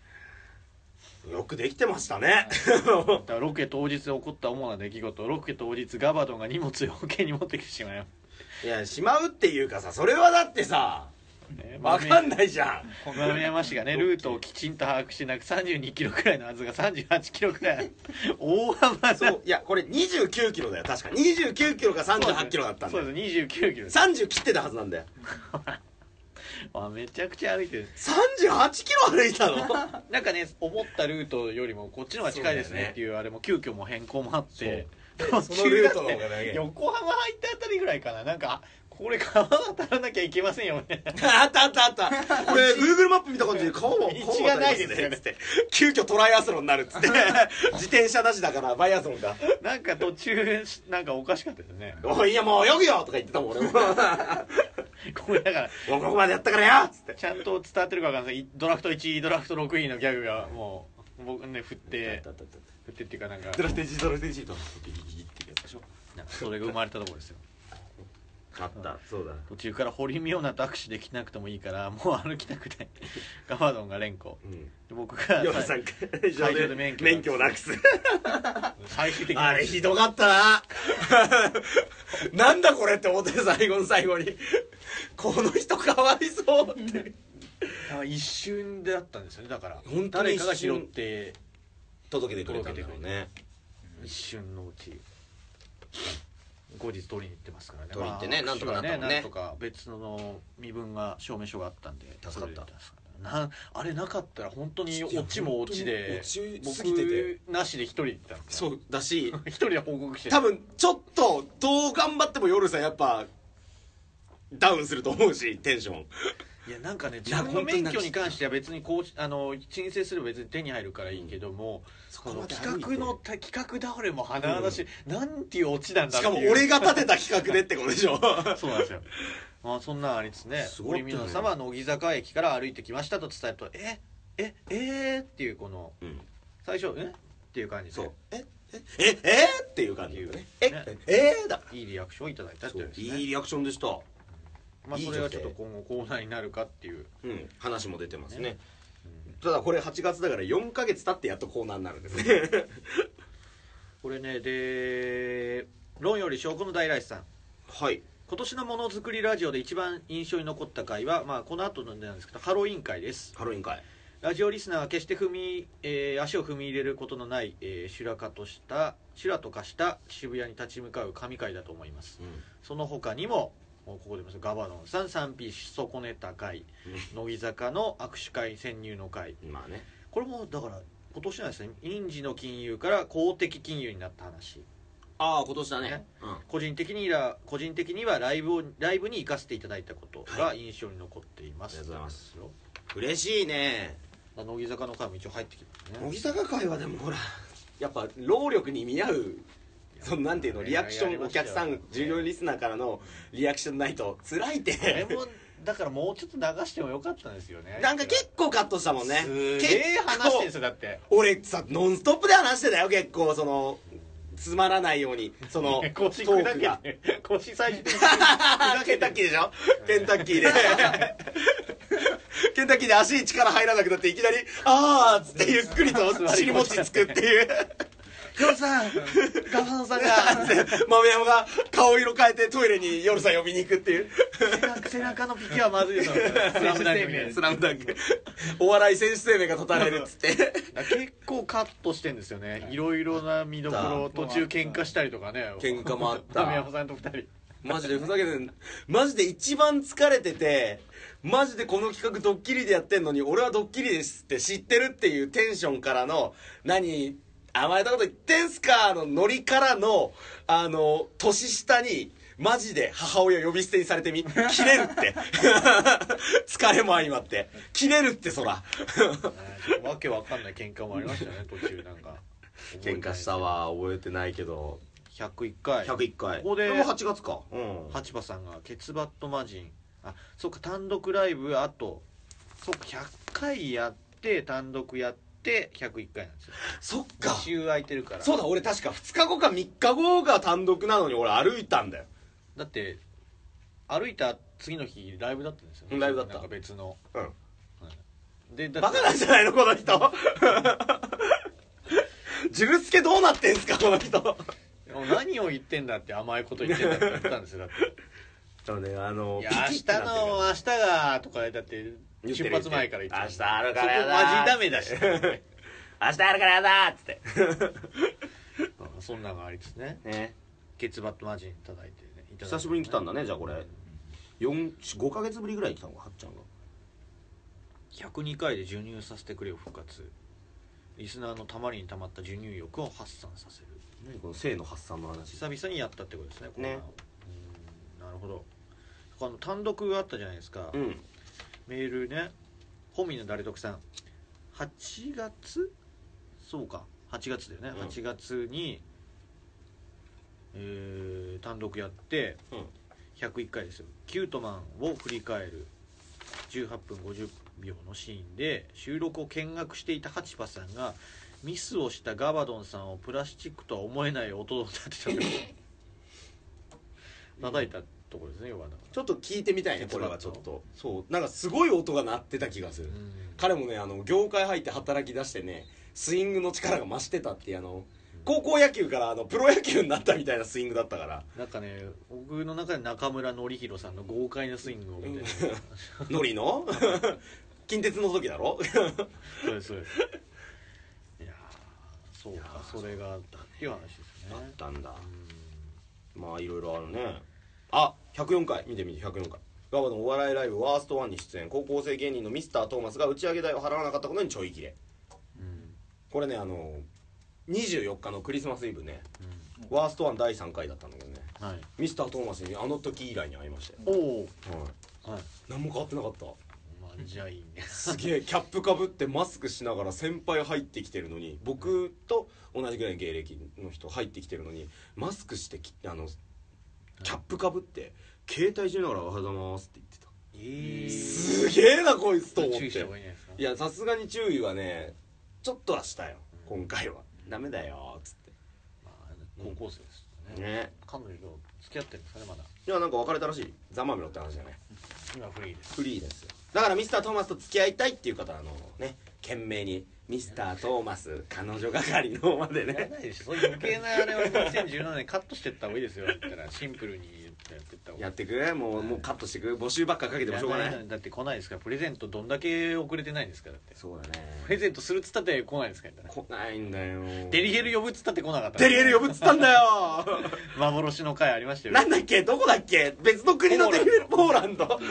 よくできてましたねだからロケ当日起こった主な出来事。ロケ当日ガバドンが荷物を余計に持ってきてしまう。 いやしまうっていうかさそれはだってさね、分かんないじゃん。 豆山市がねルートをきちんと把握してなくさんじゅうにキロくらいのはずがさんじゅうはちキロくらい大幅な。 そういやこれにじゅうきゅうキロだよ確かにじゅうきゅうキロかさんじゅうはちキロだったんだよ。 そうですにじゅうきゅうキロさんじゅう切ってたはずなんだよあめちゃくちゃ歩いてる。 さんじゅうはちキロ歩いたのなんかね思ったルートよりもこっちの方が近いですねっていうあれも急遽も変更もあってそのルートの方がね横浜入ったあたりぐらいかななんかここれ川渡らなきゃいけませんよねあったあったあったこれ Google マップ見た感じで川も道がないですよねつって急遽トライアスロンになるっつって自転車なしだからバイアスロンだなんか途中なんかおかしかったですねおいいやもう泳ぐよとか言ってたもん俺もこれだからもうここまでやったからよっつってちゃんと伝わってるかわかんないドラフトいちいドラフトろくいのギャグがもう僕ね振ってあったあったあった振ってっていうかなんかドラフトいちドラフトいちとギギギギってやつでしょなんかそれが生まれたところですよあったそうだ途中から堀美央奈と握手できなくてもいいからもう歩きたくないガバドンが連呼うんで僕がヨルさん会場で免許免許をなくす最終的にあれひどかったななんだこれって思って最後の最後にこの人かわいそうってあ一瞬であったんですよねだから本当に誰かが一瞬拾って届けてくれたんだろうね一瞬のうち後日取りに行ってますからね取りに行ってねまあなんとかなったもんねなんとか別の身分が証明書があったんで助かったそれで行ますからなんあれなかったら本当にオチもオチで本当に落ちすぎてて僕なしで一人で行ったんですよそうだし一人で報告して多分ちょっとどう頑張っても夜さんやっぱダウンすると思うしテンションいやなんかねいや自分の免許に関しては別にこうあの申請すれば別に手に入るからいいけども、 そこのこまで歩いて企画のた企画倒れも甚だし、なんていうオチなんだしかっていうも俺が立てた企画でってことでしょそうなんですよまあそんなんありつつねすごかったね堀美濃様は乃木坂駅から歩いてきましたと伝えるとええええー、っていうこのうん最初えっていう感じでそうええええっていう感じでねえねええだいいリアクションをいただいたってそういうですねいいリアクションでしたまあいい女性それがちょっと今後コーナーになるかっていううん話も出てますねねただこれはちがつだからよんかげつ経ってやっとコーナーになるんですねこれねで論より証拠の大来さんはい今年のものづくりラジオで一番印象に残った回は、まあ、この後なんですけどハロウィン会ですハロウィン会ラジオリスナーは決して踏み、えー足を踏み入れることのない、えー、修羅化とした修羅と化した渋谷に立ち向かう神回だと思います、 うその他にももうここでもガバドンさん さんピー 損ねた会乃木坂の握手会潜入の会んまあねこれもだから今年なんですね民事の金融から公的金融になった話ああ今年だねねうん個人的には個人的にはライブをライブに行かせていただいたことが印象に残っています、 ありがとうございますよ嬉しいね乃木坂の会も一応入ってきますね乃木坂会はでもほらやっぱ労力に見合うそのなんていうのリアクションお客さん従業員リスナーからのリアクションないと辛いっあれてもだからもうちょっと流してもよかったんですよねなんか結構カットしたもんねすげえ話してるんですよだって俺さノンストップで話してたよ結構そのつまらないようにそのト腰ークが砕けて腰最終的にケンタッキーでしょケンタッキーでケンタッキーで足に力入らなくなっていきなり「あー」っつってゆっくりと尻餅つくっていうヨルさんガバドンさんが豆山が顔色変えてトイレに夜さん呼びに行くっていう背中背中のピキはまずいですよスラムダンクみたいなスラムダンクお笑い選手生命が絶たれるっつって結構カットしてんですよねいろいろな見どころ途中喧嘩したりとかね喧嘩もあったダメ山さんと二人マジでふざけてんマジで一番疲れててマジでこの企画ドッキリでやってんのに俺はドッキリですって知ってるっていうテンションからの何甘えたこと言ってんすかのノリからのあの年下にマジで母親呼び捨てにされてみ切れるって疲れも相まって切れるってそらわけわかんない喧嘩もありましたね途中なんか喧嘩したわ覚えてないけどひゃくいっかいひゃくいっかいここでれもはちがつかうんハチバさんがケツバットマジンあそっか単独ライブあとそっかひゃっかいやって単独やってひゃくいっかいなんですよそっかに週空いてるからそうだ俺確かふつかごかみっかごが単独なのに俺歩いたんだよだって歩いた次の日ライブだったんですよ、 ライブだったなんか別の、 うんはいでだバカなんじゃないのこの人ジルスケどうなってんすかこの人もう何を言ってんだって甘いこと言ってんだって言ったんですよだってそうねあのいや明日ピキッてなってるの明日がとかだって言ってる出発前から言って明日あるからやだそこマジダメだし明日あるからやだっつってうんそんなのがありつつねねケツバットマジンいただいてねいただいてね久しぶりに来たんだねじゃあこれよんごかげつぶりぐらいに来たのかはっちゃんがひゃくにかいで授乳させてくれよ復活リスナーのたまりにたまった授乳欲を発散させる何この性の発散の話久々にやったってことですねこれはねうんなるほどあの単独あったじゃないですか、 うん、 メールね、本民の誰得さんはちがつ、そうかはちがつだよね、うん、はちがつに、えー、単独やって、うん、ひゃくいっかいですよ。キュートマンを振り返るじゅうはっぷんごじゅうびょうのシーンで収録を見学していたハチパさんがミスをしたガバドンさんをプラスチックとは思えない音を立てたと叩いたところですね。要はちょっと聞いてみたいね、これはちょっと。そうなんかすごい音が鳴ってた気がする、うん、彼もねあの業界入って働き出してねスイングの力が増してたっていう、あの高校野球からあのプロ野球になったみたいなスイングだったから、 なんかね僕の中で中村紀弘さんの豪快なスイングを見て、ね、 ノリの近鉄の時だろそうですそうです。いやそうか、それがあったっていう話ですね。 あったんだ。うん、まあいろいろあるね。あ、ひゃくよんかい見てみて。ひゃくよんかいガバのお笑いライブワーストワンに出演、高校生芸人のミスタートーマスが打ち上げ代を払わなかったことにちょい切れ、うん、これねあのにじゅうよっかのクリスマスイブね、うん、ワーストワンだいさんかいだったんだけどね、はい、ミスタートーマスにあの時以来に会いましたよ。おお、はいはい、何も変わってなかった。まあ、じゃあいいねすげえキャップかぶってマスクしながら先輩入ってきてるのに、僕と同じぐらいの芸歴の人入ってきてるのにマスクしてきあのキャップかぶって携帯中ながらおはようございますって言ってた。えー、すげえなこいつと思って。いやさすがに注意はねちょっとはしたよ、うん、今回はダメだよっつって、 まあ、高校生ですね、 ね、 彼女と付き合ってるんですかねまだ。 いやなんか別れたらしい。ざまみろって話じゃない。 今フリーです。 フリーですよ。だからミスタートーマスと付き合いたいっていう方はあのね懸命にミスタートーマス彼女係のまでね。 やらないでしょ。そういう余計なあれはにせんじゅうななねんカットしてった方がいいですよ。だったらシンプルにやってった方が。 やってくもうもうカットしてく。募集ばっかかけてもしょうがない。 だって来ないですから。プレゼントどんだけ遅れてないんですからって。 そうだね。 プレゼントするっつったって来ないですから。 来ないんだよ。 デリヘル呼ぶっつったって来なかった。 デリヘル呼ぶっつったんだよ。 幻の回ありましたよ。 なんだっけどこだっけ別の国のデリヘル。ポーランド。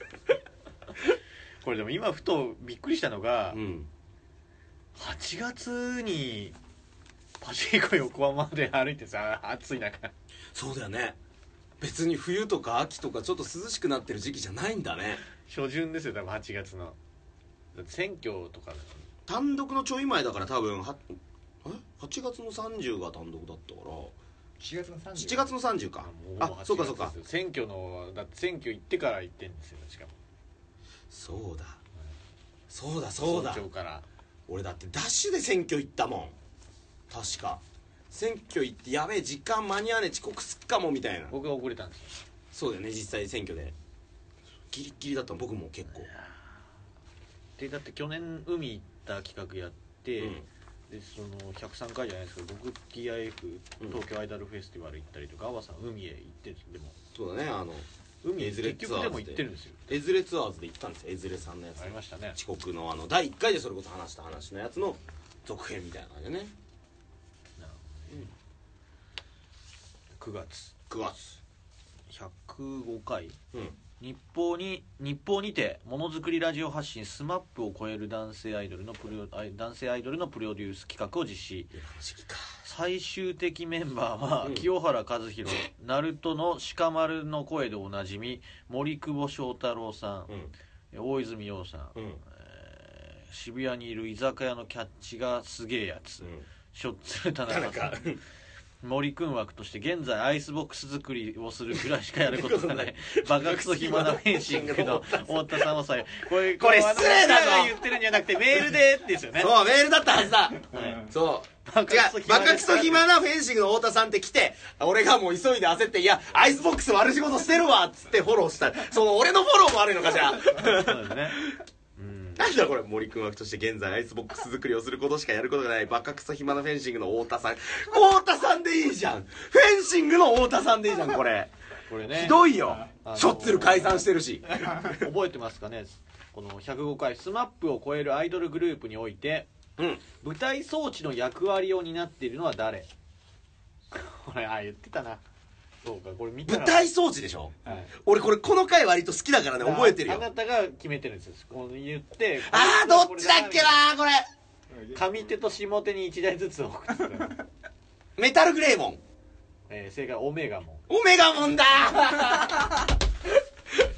これでも今ふとびっくりしたのが、うん、はちがつにパシフィコ横浜まで歩いてさ暑い中。 そうだよね。別に冬とか秋とかちょっと涼しくなってる時期じゃないんだね。 初旬ですよ多分はちがつの。だって選挙とか単独のちょい前だから多分はえはちがつのさんじゅうが単独だったからしちがつのさんじゅう。 しちがつのさんじゅうか。あ、そうかそうか。 選挙のだって選挙行ってから行ってんですよしかも。 そうだそうだそうだ。 早朝から俺だってダッシュで選挙行ったもん確か。選挙行ってやべえ時間間に合わねえ遅刻すっかもみたいな。 僕が遅れたんですよ。 そうだよね実際選挙でギリギリだったの僕も結構で。だって去年海行った企画やって、うん、でそのひゃくさんかいじゃないですけど僕 ティーアイエフ 東京アイドルフェスティバル行ったりとか、阿波さん海へ行ってる。でもそうだねあの海へ結局でも行ってるんですよ。 エズレツアーズで行ったんですよ。エズレさんのやつありましたね。 遅刻のあのだいいっかいでそれこそ話した話のやつの続編みたいな感じでね。なるほどね、うん、くがつくがつひゃくごかい、 うん、 日報に日報にてものづくりラジオ発信スマップを超える男性アイドルのプロ男性アイドルのプロデュース企画を実施。最終的メンバーは、うん、清原和博、ナルトの鹿丸の声でおなじみ森久保祥太郎さん、うん、大泉洋さん、うんえー、渋谷にいる居酒屋のキャッチがすげえやつ、うん、しょっつる田中さん森くん枠として現在アイスボックス作りをするぐらいしかやることがないバカクソ暇なフェンシングの太田さんはさこれこれ失礼だぞ言ってるんじゃなくてメールでですよね。 そうメールだったはずだ、はい、そう違うバカクソ暇なフェンシングの太田さんって来て俺がもう急いで焦っていやアイスボックス悪仕事してるわっつってフォローしたその俺のフォローも悪いのかじゃあそうですねなんだこれ森くん枠として現在アイスボックス作りをすることしかやることがないバカクソ暇なフェンシングの太田さん太田さんでいいじゃんフェンシングの太田さんでいいじゃんこれこれねひどいよしょっつる解散してるし覚えてますかねこのひゃくごかいスマップを超えるアイドルグループにおいて、うん、舞台装置の役割を担っているのは誰これあ言ってたなそうかこれ見たら舞台装置でしょ、はい、俺これこの回割と好きだからね覚えてるよ。 あなたが決めてるんですよこう言ってあーどっちだっけなこれ上手と下手にいちだいずつ送ってたメタルグレーモン、 えー、正解オメガモンオメガモンだ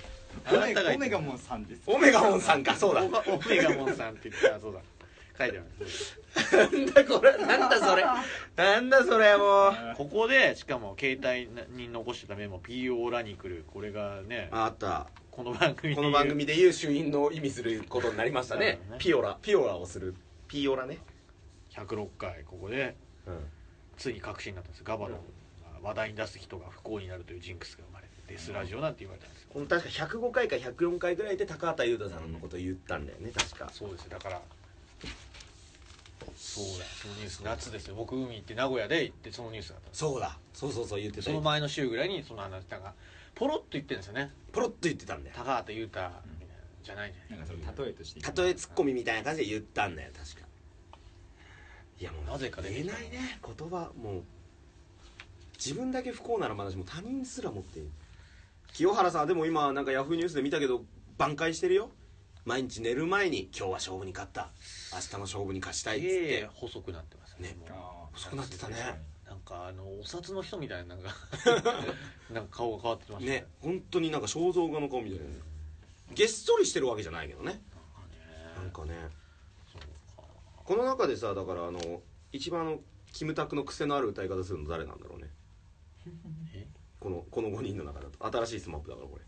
あなたがオメガモンさんです。 オメガモンさんか、そうだ。 オガオメガモンさんって言ったらそうだ書いてあるんですなんだこれ、なんだそれ、なんだそれ、もう。 ここでしかも携帯に残してたメモ ピーオー ラに来る、これがねあった。 この番組でこの番組で言う主因の意味することになりましたね。 ねピオラ、ピオラをする。ピオラね。 ひゃくろっかいここでうん。 ついに確信になったんです。ガバの話題に出す人が不幸になるというジンクスが生まれるデスラジオなんて言われたんですよ。 この確かひゃくごかいかひゃくよんかいぐらいで高畑裕太さんのことを言ったんだよね、確か。 そうですよ。だからそうだ、そのニュース夏ですよ。僕海行って名古屋で行ってそのニュースがあったんです。 そうだ、そうそうそう言ってた。 その前の週ぐらいにその話がポロッと言ってるんですよね。 ポロッと言ってたんだよ。 高畑裕太みたいなじゃないんじゃないなんかそれ例えとして例えツッコミみたいな感じで言ったんだよ、確か。いやもうなぜか出てきた言えないね、言葉。もう自分だけ不幸ならまだしも他人すら持っている。清原さんでも今なんかヤフーニュースで見たけど挽回してるよ。毎日寝る前に今日は勝負に勝った、明日の勝負に勝ちたいっつっいえいえて。 細くなってますね。 ねもうあ細くなってたね。 なんかあのお札の人みたいななんかなんか顔が変わってましたね、本当になんか肖像画の顔みたいな。げっそりしてるわけじゃないけどね。なんかね、この中でさ、だからあの一番あのキムタクの癖のある歌い方するの誰なんだろうね。 えこのこのごにんの中だと新しいスマップだからこれ。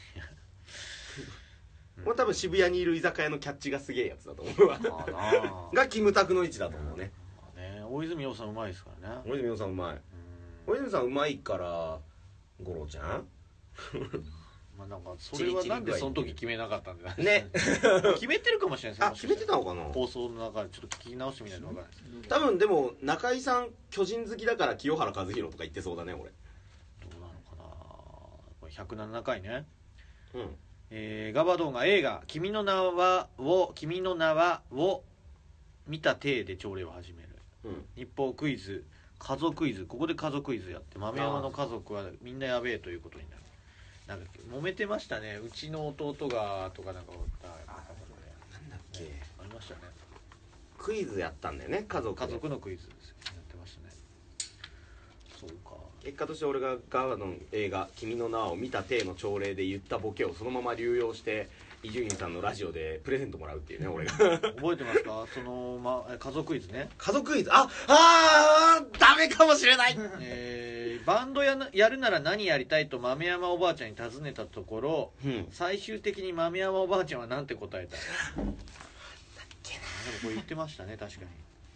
これ多分渋谷にいる居酒屋のキャッチがすげえやつだと思うわ。 ああがキムタクの位置だと思うね。 ね、大泉洋さんうまいですからね。 大泉洋さんうまい。大泉さんうまいから五郎ちゃん。 まあなんかそれはなんでその時決めなかったんだね。 決めてるかもしれないですね。 あ、決めてたのかな。 放送の中でちょっと聞き直してみないと分からないですけど。 多分でも中井さん巨人好きだから清原和博とか言ってそうだね俺。 どうなのかな。これひゃくななかいね。 うん。 えー、ガバドンが映画「君の名は」を「君の名は」を見た体で朝礼を始める。 うん。 日報クイズ家族クイズ、ここで家族クイズやって豆山の家族はみんなやべえということになる。なんか揉めてましたね。うちの弟がとかなんかなんだっけ。 ありましたね。 クイズやったんだよね、家族で。 家族のクイズですよ。やってましたね。そうか。 結果として俺がガードの映画「君の名は」を見た体の朝礼で言ったボケをそのまま流用して伊集院さんのラジオでプレゼントもらうっていうね俺が。 覚えてますか。その、ま、家族クイズね。 家族クイズ、ああーダメかもしれない。 えー、バンドやなやるなら何やりたいと豆山おばあちゃんに尋ねたところ、 うん。 最終的に豆山おばあちゃんは何て答えた。でもこれ言ってましたね、確かに。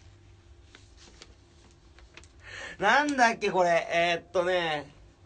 なんだっけこれ、えー、っとね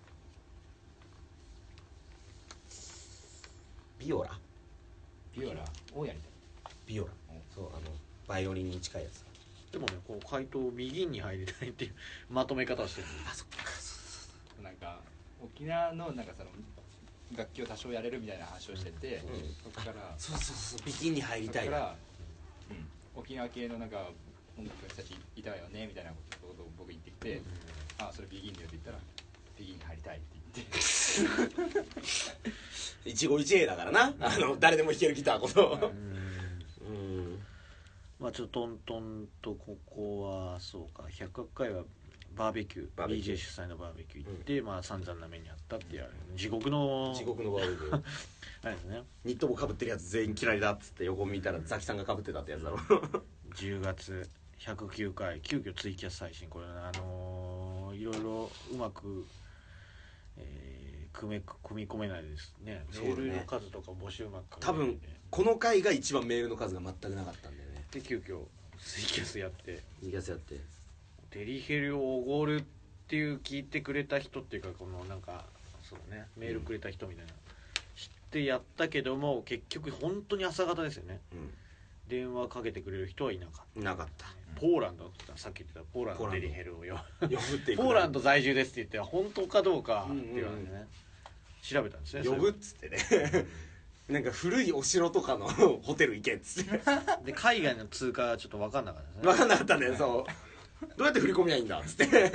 ビオラビオラをやりたい。 ビオラ、そう、あのバイオリンに近いやつ。 でもね、こう回答右に入りたいっていうまとめ方をしてる。 あ、そっか、そうなんか沖縄のなんかその楽器を多少やれるみたいな話をしてて、 うんうんそこからそうそうそう、ビギンに入りたいな。 そこから、うん、沖縄系のなんか音楽の人たちいたわよねみたいなことを僕言ってきて、あ、それビギンだよって言ったらビギンに入りたいって言って一期一会だからな、あの誰でも弾けるギターこそ。 うんうん。 まあちょっとトントンとここはそうかひゃくかいはバーベキューバーベキュービージェー 主催のバーベキュー行って、まあ散々な目にあったってやる地獄の地獄のバーベキュー。 あれですね。 ニット帽かぶってるやつ全員嫌いだっつって横見たらザキさんがかぶってたってやつだろ。 じゅうがつひゃくきゅうかい急遽ツイキャス配信、これあのー、いろいろうまく、えー、組め組み込めないですね。メそうだねールの数とか募集うまく多分この回が一番メールの数が全くなかったんだよね。 で急遽ツイキャスやってツイキャスやってデリヘルをおごるっていう聞いてくれた人っていうか、このなんかそうだね、メールくれた人みたいな、知ってやったけども結局本当に朝方ですよね。 う電話かけてくれる人はいなかっん。なかった。 た。ポーランドってさっき言ってたポーランドのデリヘルをよ呼ぶっていうポーランド在住ですって言って本当かどうかっていうのでね、 うんうんうん調べたんですね。 呼ぶっつってね。なんか古いお城とかのホテル行けっつってで海外の通貨はちょっと分かんなかったですね。 分かんなかったんだよ。そうどうやって振り込みゃいいんだっつって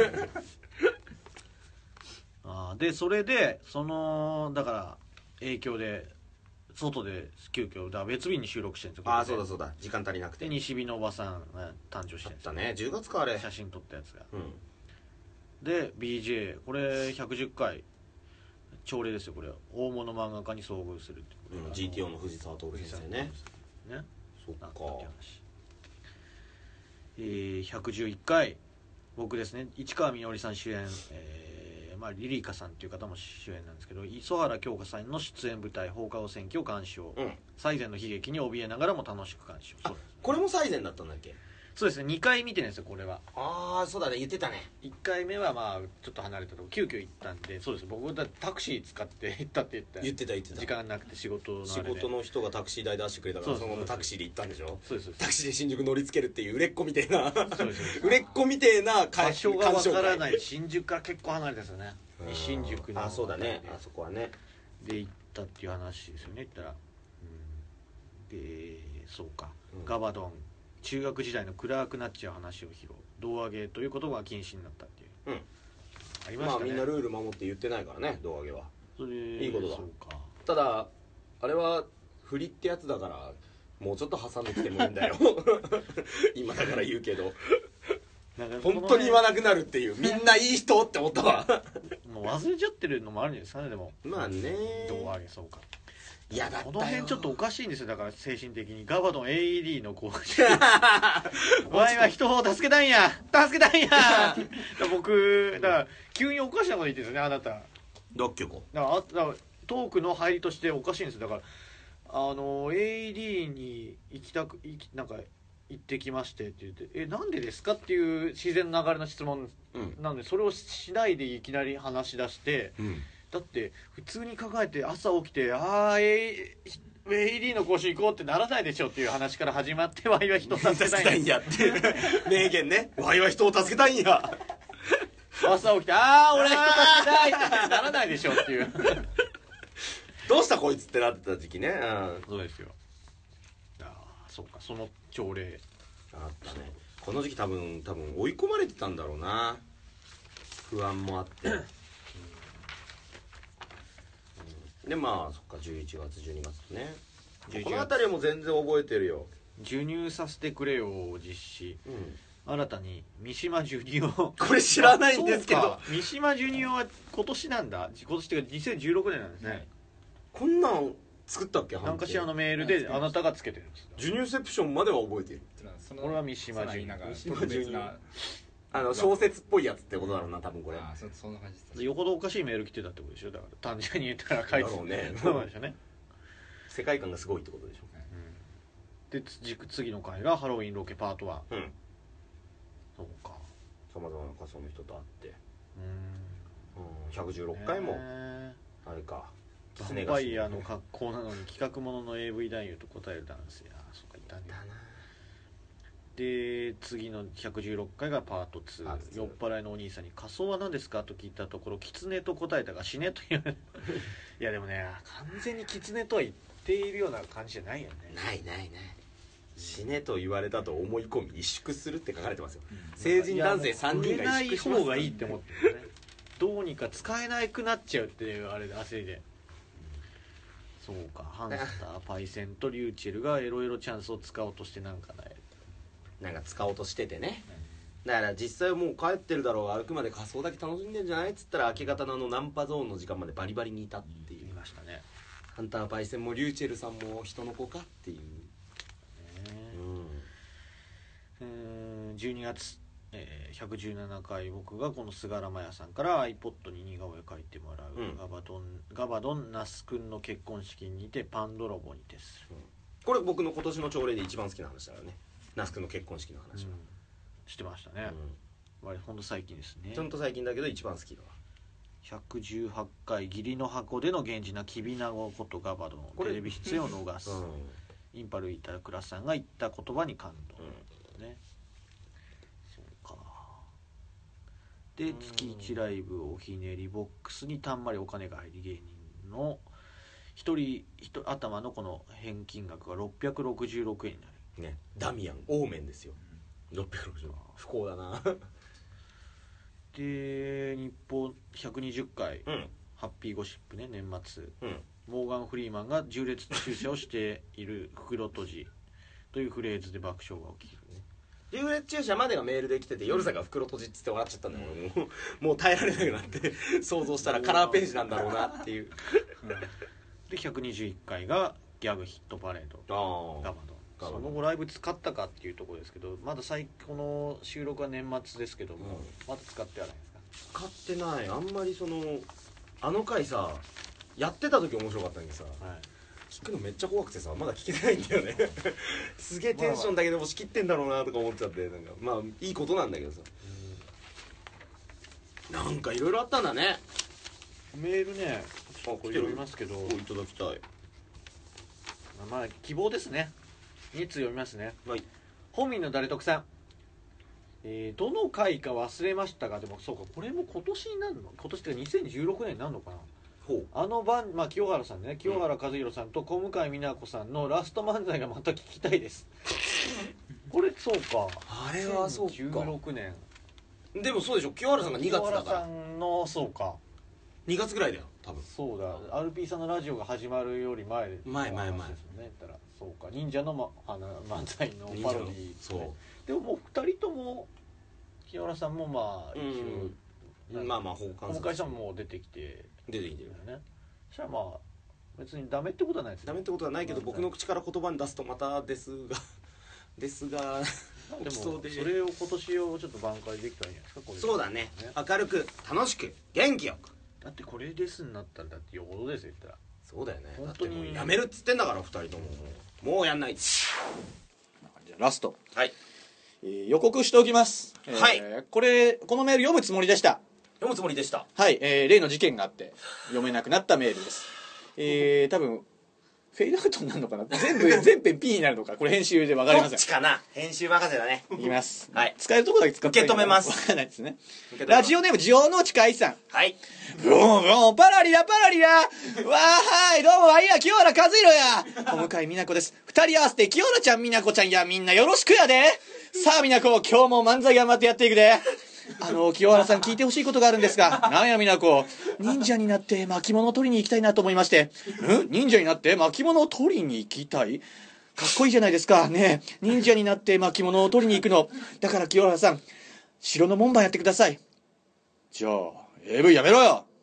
あーでそれでそのだから影響で外で急遽だから別日に収録してるんですよ。 ああそうだそうだ、時間足りなくて。 で西日のおばさんが誕生してるんですよ。 あったね、じゅうがつかあれ。 写真撮ったやつが。 うん。 で ビージェー これひゃくじゅっかい朝礼ですよこれは。大物漫画家に遭遇するってこと、 うん、ジーティーオー の藤沢徹先生ね。 ね、 そっかなったって話。えー、ひゃくじゅういっかい僕ですね、市川みのりさん主演、えーまあ、リリーカさんっていう方も主演なんですけど、磯原京香さんの出演舞台放課後選挙を鑑賞、 うん、 最前の悲劇に怯えながらも楽しく鑑賞。 あ、これも最前だったんだっけ。 そうですね、にかい見てるんですよこれは。 ああそうだね、言ってたね。 いっかいめはまあちょっと離れたとこ急遽行ったんで、そうです、僕だってタクシー使って行ったって言って言ってた言ってた。 時間がなくて仕事のあ仕れで事の人がタクシー代出してくれたから、 そうそうそうそのままタクシーで行ったんでしょ。 そうですそうですタクシーで新宿乗りつけるっていう売れっ子みたいなそうですそうです売れっ子みたいな場所がわからないい新宿から結構離れてですよね。西新宿のあそうだね、あそこはね。 で行ったっていう話ですよね言ったら、うん、でそうか、 うん、 ガバドン中学時代の暗くなっちゃう話を披露、胴上げという言葉が禁止になったっていう、 うん、 ありましたね。 まあみんなルール守って言ってないからね、胴上げは。 それいいことだ。 そうか。 ただあれは振りってやつだからもうちょっと挟んできてもいいんだよ今だから言うけどなんか本当に言わなくなるっていう、みんないい人って思ったわもう忘れちゃってるのもあるんですかね。でもまあね、 胴上げそうか。 いやだったよこの辺ちょっとおかしいんですよ。だから精神的にガバドン エーイーディー のこうお前は人を助けたんや助けたんやだ僕だから急におかしなこと言ってるんですよねあなた。 だっけかだからあだからトークの入りとしておかしいんですよ。だからあの エーイーディー に行きたく行きなんか行ってきましてって言ってえなんでですかっていう自然な流れの質問なので、それをしないでいきなり話し出して、 うん、 だって普通に考えて朝起きてああ エーイーディー の講習行こうってならないでしょっていう話から始まってワイは人を助けたいんやっていう名言ね。ワイは人を助けたいんや朝起きてああ俺は人助けたいってならないでしょっていうどうしたこいつってなってた時期ね、うん、 そうですよ。ああそうか、その朝礼あったね。この時期多分多分追い込まれてたんだろうな、不安もあってうんでまあそっかじゅういちがつじゅうにがつとね、この辺りはもう全然覚えてるよ。 授乳させてくれよを実施、 うん、 新たに三島授乳をこれ知らないんですけど、 三島授乳は今年なんだ、今年っていうかにせんじゅうろくねんなんですね、はい、 こんなん作ったっけ。 何かしらのメールであなたがつけてるんです。 授乳セプションまでは覚えてる。 これは三島授乳、 特別なあの小説っぽいやつってことだろうな多分これ。 あ そ, そんな感じです。 よほどおかしいメール来てたってことでしょ。だから単純に言ったら書いてだろうねそうでしょね。 世界観がすごいってことでしょ、 うん、で次の回がハロウィンロケパートワン、うん、そうか、 さまざまな仮装の人と会って、 うん、 うん、ひゃくじゅうろっかいもあれか、 ヴァンパイアの格好なのに企画ものの エーブイ 男優と答える男性、あそうかいたね。で次のひゃくじゅうろっかいがパートツー、酔っ払いのお兄さんに仮装は何ですかと聞いたところキツネと答えたが死ねといういやでもね完全にキツネとは言っているような感じじゃないよね。 ないないない、死ねと言われたと思い込み萎縮するって書かれてますよ、うん、成人男性さんにんが萎縮します。 売れない方がいいって思ってるねどうにか使えなくなっちゃうっていうあれで焦りで、うん、そうか、ハンスターパイセンとリューチェルがエロエロチャンスを使おうとしてなんかないなんか使おうとしててね、だから実際もう帰ってるだろうがあくまで仮装だけ楽しんでんじゃないっつったら明け方のあのナンパゾーンの時間までバリバリにいたっていう。 いましたね。 ハンターパイセンもリューチェルさんも人の子かっていう、ね、 うん、じゅうにがつ、えー、ひゃくじゅうななかい僕がこの菅原麻也さんから iPod に似顔絵描いてもらう、うん、ガバドンガバドン那須くんの結婚式にてパンドラボにてする、うん、 これ僕の今年の朝礼で一番好きな話だからね、那須くんの結婚式の話は、うん、 してましたね、うん、割ほんと最近ですね。 ほんと最近だけど一番好きだわ。 ひゃくじゅうはちかい義理の箱での源氏なきびなごことガバドンテレビ出演を逃す、うん、インパルイタクラさんが言った言葉に感動、うん、ね、そうか。で月いちライブおひねりボックスにたんまりお金が入り芸人の一人一頭のこの返金額がろっぴゃくろくじゅうろくえんになる、 ね、ダミアンオーメンですよ、ろっぴゃくろくじゅうろく不幸だなで日報ひゃくにじゅっかい、 うん、 ハッピーゴシップね年末、 うん、 モーガン・フリーマンが縦列駐車をしている袋閉じというフレーズで爆笑が起きる、ね、 リグレ注射までがメールで来てて、夜さが袋閉じっつって笑っちゃったんだよ、俺もうもう耐えられなくなって想像したらカラーページなんだろうなっていう、 うん、でひゃくにじゅういっかいがギャグヒットパレードあガバドン。その後ライブ使ったかっていうところですけど、まだ最この収録は年末ですけども、うん、まだ使ってはないですか？ 使ってない。あんまりそのあの回さやってた時面白かったんだけどさ、はい、聞くのめっちゃ怖くてさまだ聞けてないんだよねすげえテンションだけでも仕切ってんだろうなとか思っちゃって、なんかまあいいことなんだけどさ、うん、なんかいろいろあったんだね。 メールねこれ読みますけど、 いただきたい。 まあ希望ですね。につ読みますね。 はい。 本民の誰得さん、えー、どの回か忘れましたが、でもそうか、これも今年になるの、今年ってにせんじゅうろくねんになるのかな。 ほう。あの番、まあ清原さんね、清原和博さんと小向井美奈子さんのラスト漫才がまた聞きたいですこれそうか、 あれはそうか、 じゅうろくねん。 でもそうでしょ、清原さんがにがつだから。 清原さんのそうかにがつぐらいだよ多分。 そうだ、アールピー さんのラジオが始まるより前前前前ですよね。だからそうか、忍者の、ま、あの漫才のパロディー、ね、そうでももうふたりとも清原さんもまあ一応、 うん、まあまあ小向井さんも出てきて出てきてるよね。そしたらまあ別にダメってことはないですね。 ダメってことはないけど、僕の口から言葉に出すとまたですがですがでもそれを今年をちょっと挽回できたらいいんじゃないですか。これそうだね、明るく楽しく元気よく。 だってこれですになったらだってよほどですよ言ったら。 そうだよね、 本当にだってもうやめるっつってんだからふたりとももうもうやんない。じゃあラスト、 はい、 えー、予告しておきます、 はい、 えー、これこのメール読むつもりでした。 読むつもりでした。 はい、えー、例の事件があって読めなくなったメールです。えー、多分フェードアウトになるのかな、全部全編 P になるのか、これ編集で分かりません。 どっちかな、編集任せだね。 いきます、 はい、 使えるところだけ使って受け止めます。 分からないですね。ラジオネームジオノチカイさん、 はい、 ブンブンパラリラパラリラ、わーはいどうも、わいや清原和弘や小向井美奈子です。二人合わせて清原ちゃん美奈子ちゃんや、みんなよろしくやで。さあ美奈子、今日も漫才頑張ってやっていくで。あの清原さん、聞いてほしいことがあるんですが。なんや美奈子、忍者になって巻物を取りに行きたいなと思いまして。ん忍者になって巻物を取りに行きたい、かっこいいじゃないですかね。忍者になって巻物を取りに行くのだから、清原さん城の門番やってください。じゃあ エーブイ やめろよ。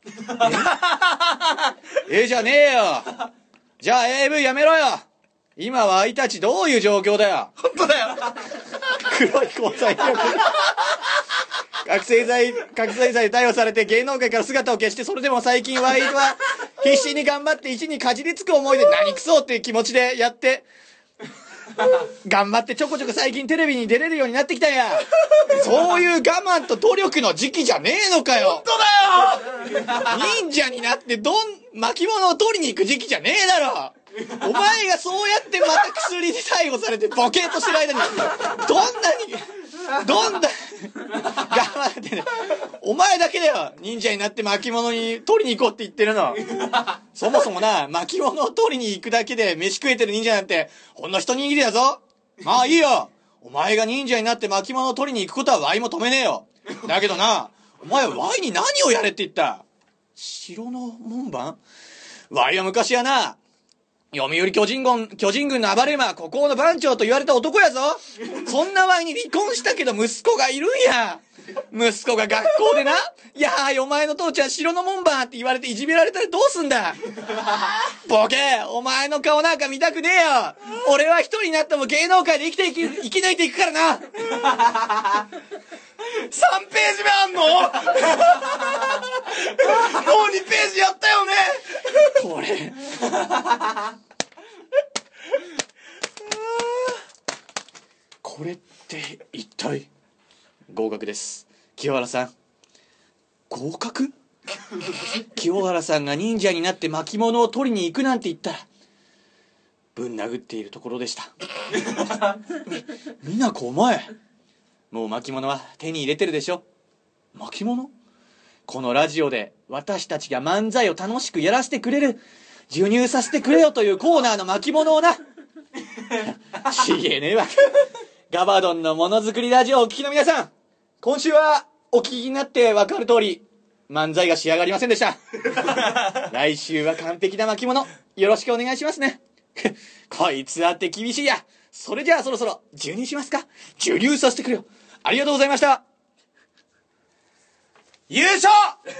ええじゃねえよ。じゃあ エーブイ やめろよ。今はあいたちどういう状況だよ。 本当だよ黒い交際力覚醒剤覚醒剤で逮捕されて芸能界から姿を消して、それでも最近ワイドは必死に頑張って石にかじりつく思いで何くそっていう気持ちでやって頑張ってちょこちょこ最近テレビに出れるようになってきたんや。そういう我慢と努力の時期じゃねえのかよ。 本当だよ忍者になってどん巻物を取りに行く時期じゃねえだろ。お前がそうやってまた薬で逮捕されてボケーっとしてる間にどんなにどんな頑張ってね、お前だけだよ忍者になって巻物に取りに行こうって言ってるの。そもそもな、巻物を取りに行くだけで飯食えてる忍者なんてほんの一握りだぞ。まあいいよ、お前が忍者になって巻物を取りに行くことはワイも止めねえよ。だけどな、お前はワイに何をやれって言った？城の門番？ワイは昔はな、読売巨人軍、巨人軍の暴れ馬、孤高の番長と言われた男やぞ。そんなワイに離婚したけど息子がいるんや。息子が学校でな、いやーいお前の父ちゃん城の門番って言われていじめられたらどうすんだ。ボケ、お前の顔なんか見たくねえよ。俺は一人になっても芸能界で生きていき、生き抜いていくからな。 さんページ目あんのもうにページやったよねこれこれって一体。合格です。清原さん合格。清原さんが忍者になって巻物を取りに行くなんて言ったらぶん殴っているところでした。みなこお前もう巻物は手に入れてるでしょ。巻物？このラジオで私たちが漫才を楽しくやらせてくれる、授乳させてくれよというコーナーの巻物をな。ちげえねえわ。ガバドンのものづくりラジオをお聞きの皆さん、今週はお聞きになって分かる通り漫才が仕上がりませんでした。来週は完璧な巻物よろしくお願いしますね。こいつは手厳しいや。 それじゃあそろそろ授乳しますか。授乳させてくれよ。ありがとうございました。 優勝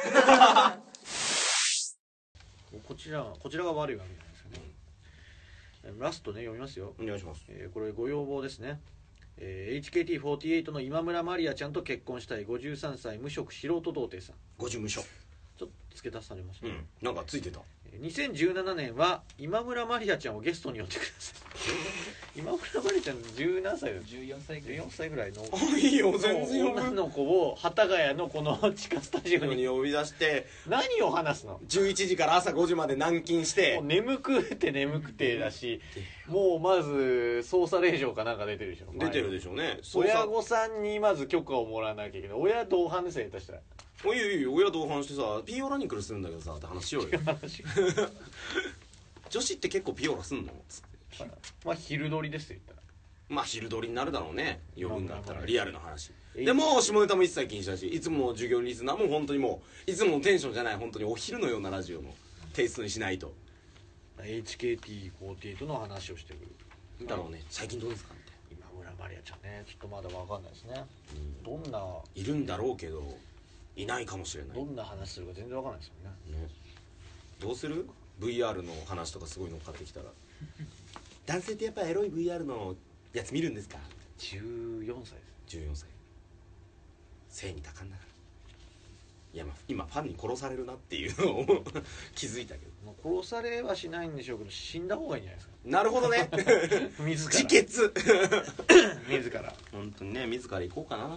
こちらこちらが悪いわけじゃないですかね。ラストね読みますよ。 お願いします。 えー、これご要望ですね。えー、エイチケーティーフォーティーエイト の今村マリアちゃんと結婚したいごじゅうさんさい無職素人童貞さん。 ご事務所。 ちょっと付け足されましたね。 うん、なんかついてた。 にせんじゅうななねんは今村マリアちゃんをゲストに呼んでください。今村マリアちゃんじゅうなんさいだよ。 じゅうよんさいぐらいじゅうよんさいぐらいのあ、いいよ、全然呼ぶ。 女の子を幡ヶ谷のこの地下スタジオにに呼び出して何を話すの。 じゅういちじから朝ごじまで軟禁してもう眠くて眠くてだし、もうまず捜査令状かなんか出てるでしょ。 出てるでしょうね。 親御さんにまず許可をもらわなきゃいけない。親同伴ですよ下手したら。 おいおいおい、親同伴してさ、ピオラに来るするんだけどさって話しようよ。女子って結構ピオラすんのつって。 まあ昼撮りですよ言ったら。 まあ昼撮りになるだろうね、呼ぶんだったらリアルな話えでも下ネタも一切禁止だし、いつもの授業リスナーも本当にもういつものテンションじゃない、本当にお昼のようなラジオのテイストにしないと。 エイチケーティーフォーティーエイト の話をしてくるだろうね。最近どうですかみたい今村マリアちゃんね、ちょっとまだ分かんないですね。どんなな。いるんだろうけどいないかもしれないどんな話するか全然分かんないですもんね。 ね。どうする ブイアール の話とかすごい乗っかってきたら男性ってやっぱエロい ブイアール のやつ見るんですか。 じゅうよんさいです。 じゅうよんさい性に多感だから。いや、まあ今ファンに殺されるなっていうのを気づいたけど。 まあ殺されはしないんでしょうけど死んだ方がいいんじゃないですか。 なるほどね。 自ら自決自ら本当にね、自ら行こうかな。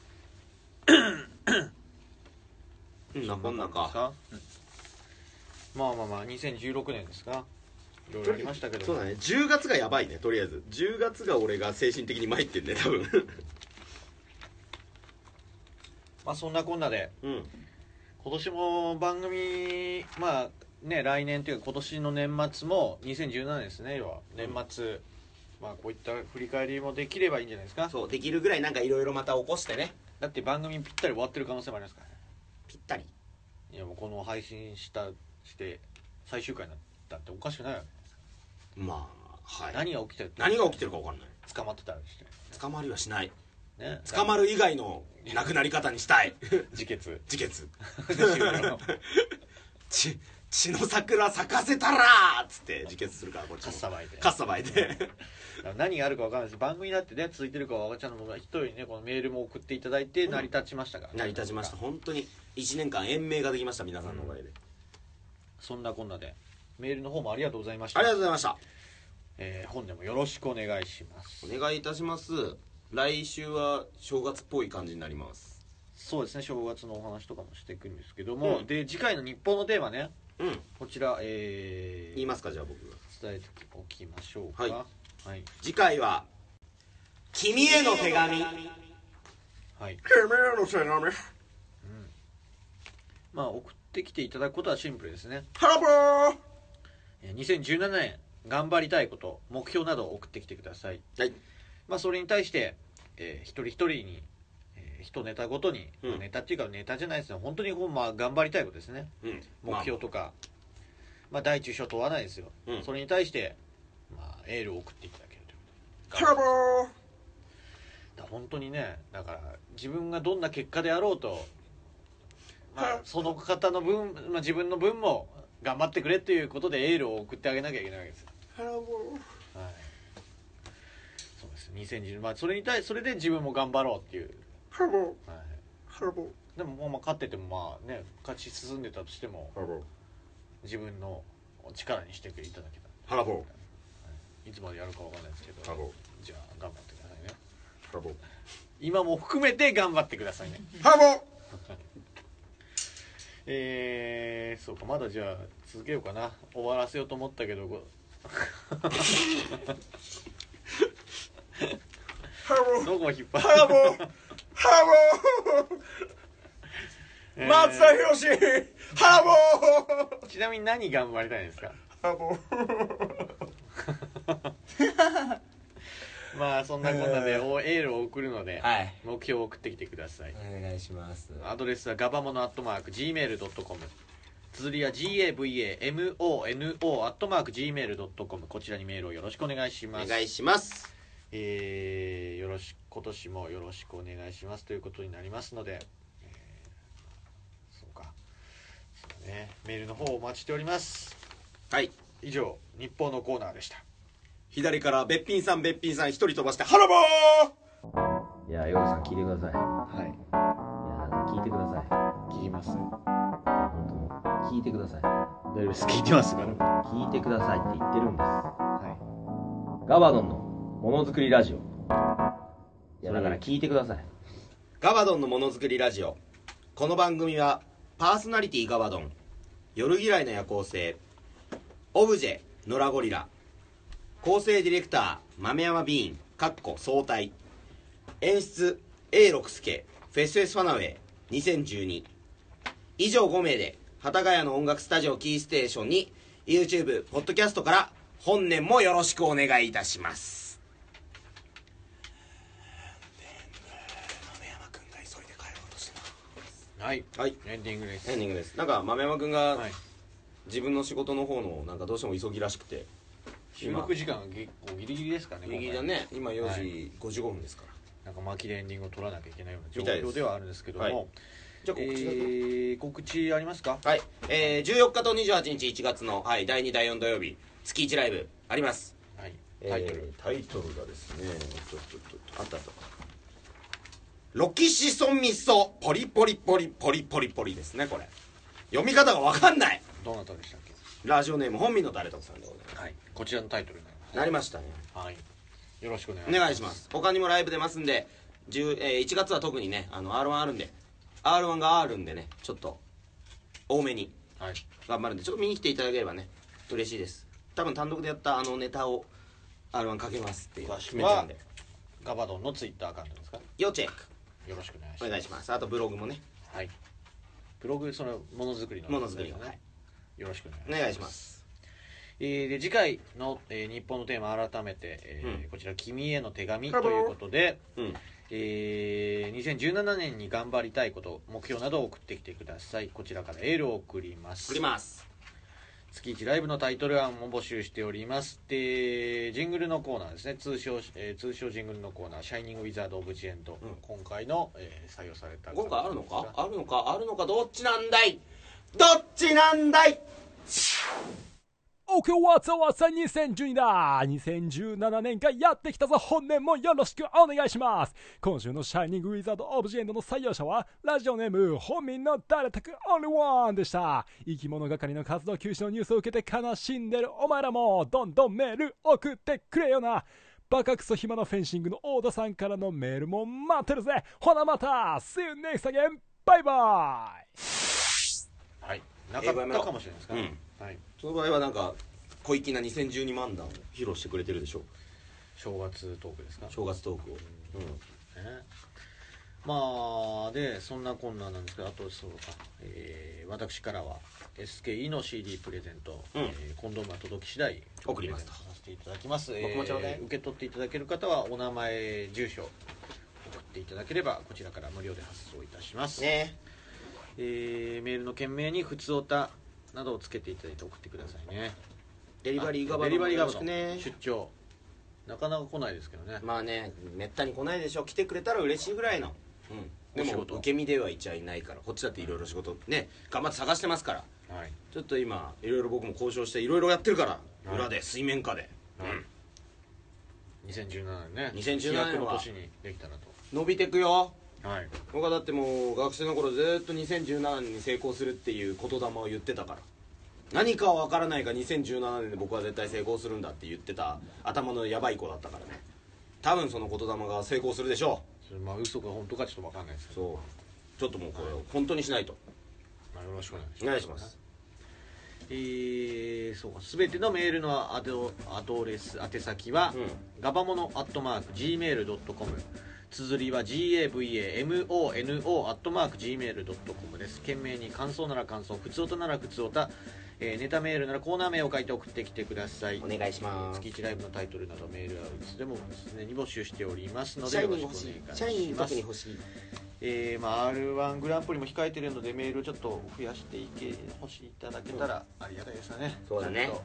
うんなこんなか。 まあまあまあにせんじゅうろくねんですか。いろいろありましたけど。 そうだね、じゅうがつがやばいね。とりあえずじゅうがつが俺が精神的に参ってんね多分。 まあそんなこんなでうん今年も番組まあね来年というか今年の年末もにせんじゅうななねんですね。要は年末、まあこういった振り返りもできればいいんじゃないですか。 そうできるぐらいなんかいろいろまた起こしてね。 だって番組ぴったり終わってる可能性もありますからね。 ぴったり。 いやもうこの配信したして最終回になったっておかしくないわけですか。 まあはい。 何が起きてる何が起きてるか分かんない。 捕まってたらして捕まりはしない。 ね、 捕まる以外の亡くなり方にしたい。 自決自決。 終了血血の桜咲かせたらーっつって自決するからこっちも。 かっさばいてかっさばいて。 何があるか分からないです。番組だってね続いてるかは分かっちゃうのも一人にねこのメールも送っていただいて成り立ちましたから、ね成り立ちました。本当にいちねんかん延命ができました。皆さんのおかげで、 そんなこんなでメールの方もありがとうございました。 ありがとうございました。 えー、本年もよろしくお願いします。 お願いいたします。来週は正月っぽい感じになります。 そうですね、正月のお話とかもしていくんですけども、 うんで次回の日本のテーマね、 うんこちら、えー、 言いますか。じゃあ僕が伝えておきましょうか。 はいはい、 次回は君への手紙。君はい、 への手紙。 まあ送ってきていただくことはシンプルですね。 ハラボー。 えーにせんじゅうななねん頑張りたいこと目標などを送ってきてください。 はい。 まあそれに対して、えー一人一人に、えー一ネタごとに、 うんネタっていうかネタじゃないですね、本当にこう、まあ、頑張りたいことですね。 うん。 目標とか、まあ、大中小問わないですよ、 うんそれに対して、まあ、エールを送っていただけるということでハラボー。 だから本当にね、だから自分がどんな結果であろうと、まあ、その方の分、まあ、自分の分も頑張ってくれということでエールを送ってあげなきゃいけないわけですよ。 ハラボー。 はい、そうです。にせんじゅう、まあそれに対それで自分も頑張ろうっていう。 ハラボー。 はい。 ハラボー。 でもまあまあ勝っててもまあね勝ち進んでたとしてもハラボー。 自分の力にしていただけたら。 ハラボー。 いつまでやるかわかんないですけど。 ハラボー。 じゃあ頑張ってくださいね。 ハラボー。 今も含めて頑張ってくださいね。 ハラボー。 えー、そうかまだじゃあ続けようかな。終わらせようと思ったけど。どこを引っ張る。 ハラボー。ハラボー。松田博士。ハラボー。 ちなみに何頑張りたいんですか。 ハラボー。 まあそんなこんなでエールを送るので、 はい。 目標を送ってきてください。 お願いします。 アドレスはガバモノアットマーク ジーメールドットコム、 綴りは ジーエーブイエーモノ アットマーク ジーメールドットコム、 こちらにメールをよろしくお願いします。 お願いします。 えー、よろし今年もよろしくお願いしますということになりますので、えー、そうかそうね、メールの方をお待ちしております。 はい、 以上日報のコーナーでした。 左からべっぴんさんべっぴんさん一人飛ばしてハラボー。 いや、ヨルさん聞いてください。 はい、 いや、聞いてください。 聞きます。 本当聞いてください。 大丈夫です、聞いてますから。 聞いてくださいって言ってるんです。 はガバドンのものづくりラジオ。いや、だから聞いてください。 ガバドンのものづくりラジオ。この番組はパーソナリティガバドン、夜嫌いの夜行性、オブジェノラゴリラ、構成ディレクター豆山ビーンかっこ総体、演出 エーろく 助フェスフェスファナウェイにせんじゅうに以上ご名で幡ヶ谷の音楽スタジオキーステーションに YouTube、ポッドキャストから本年もよろしくお願いいたします。豆山くんが急いで帰ろうとしていはい、 はい、 エンディングですエンディングです。なんか豆山くんが、 はい、 自分の仕事の方のなんかどうしても急ぎらしくて、 収録時間が結構ギリギリですかね。 ギリギリだね。今よじごじゅうごふんですから、 なんか巻きでエンディングを取らなきゃいけないような状みたいです況ではあるんですけども、 はい、じゃあ告知だけ、 えー、告知ありますか？ はい、えー、じゅうよっかとにじゅうはちにちいちがつの、はい、だいにだいよん土曜日月いちライブあります。 はい、タイトル、 えー、タイトルがですね、ちょっとちょっとあったあったロキシソミソポリポリポリポリポリポリですね。これ読み方が分かんない。 どなたでしたっけ？ ラジオネーム本民の誰とさんでございます。 はい、こちらのタイトルになります。 なりましたね。 はい、よろしくお願いしおます。 願いします。他にもライブ出ますんで、じゅうえー、いちがつは特にね、あの アールワン あるんで アールワン があるんでね、ちょっと多めにはい頑張るんで、ちょっと見に来ていただければね嬉しいです。多分単独でやったあのネタを アールワン かけますっていう詳し決めてるんで、 ガバドンのツイッターアカウントですか？ 要チェックよろしくお願いします。 お願いします。あとブログもね、 はい、ブログ、そのものづくりのものづくりの、 ね、 はい、 よろしくお願いしおます。 願いします。 えー、で次回の、えー、日本のテーマ改めて、えーうん、 こちら君への手紙ということで、 うんえー、にせんじゅうななねんに頑張りたいこと目標などを送ってきてください。こちらからエールを送ります。 送ります。 月いちライブのタイトル案も募集しております。でジングルのコーナーですね、通称、えー、通称ジングルのコーナーシャイニングウィザードオブジエンド、うん、今回の、えー、採用された今回あるのかあるのかあるのかどっちなんだいどっちなんだい。 オーケーわざわざにせんじゅうにだにせんじゅうななねんがやってきたぞ。本年もよろしくお願いします。今週のシャイニングウィザードオブジェンドの採用者はラジオネーム本民の誰たくオンリーワンでした。生き物係の活動休止のニュースを受けて悲しんでるお前らもどんどんメール送ってくれよな。バカクソ暇なフェンシングの大田さんからのメールも待ってるぜ。ほなまた See you next again. バイバイ。 はい、なかったかもしれないですか、ね、 うん、 はい、 その場合はなんか小粋なにせんじゅうにまんだんを披露してくれてるでしょう。 正月トークですか？ 正月トークを、うんね、まあでそんなこんななんですけど、あとそうか、えー、私からは エスケーイー の シーディー プレゼント、 うん、 えー、コンドームが届き次第送りますとさせていただきます。 僕もちょうだい、 えー、受け取っていただける方はお名前住所送っていただければこちらから無料で発送いたしますね。 えー、メールの件名にふつおたなどをつけていただいて送ってくださいね。 デリバリーガバデリバリーガバドンね。 出張なかなか来ないですけどね。 まあね、めったに来ないでしょ。来てくれたら嬉しいぐらいの、うん、でも受け身ではいちゃいないから、こっちだっていろいろ仕事ね頑張って探してますから、はい、ちょっと今いろいろ僕も交渉していろいろやってるから、はい、裏で水面下で、はい、うん、 にせんじゅうななねんねにせんじゅうななねんは飛躍の年にできたなと。 伸びてくよ。 はい、 僕はだってもう学生の頃ずっとにせんじゅうななねんに成功するっていう言霊を言ってたから、何かは分からないがにせんじゅうななねんで僕は絶対成功するんだって言ってた頭のヤバい子だったからね。多分その言霊が成功するでしょう。 それまあ嘘か本当かちょっと分かんないですけど、 そうちょっともうこれを本当にしないと、 まあ、よろしくお願いします。 お願いします。 えー、そうか、全てのメールのアド、アドレス宛先は、うん、ガバモノアットマーク ジーメールドットコム、綴りは ジーエーブイエーエムオーエヌオー アットマーク ジーメールドットコム です。懸命に感想なら感想、ふつおたならふつおた、えー、ネタメールならコーナー名を書いて送ってきてください。 お願いします。 月いちライブのタイトルなどメールはいつでも常に募集しておりますのでよろしくお願いします。 社員特に欲しい。 えーまあ、アールワン グランプリも控えてるのでメールをちょっと増やしていけ欲しいいただけたらありがたいですよね。 そうだね。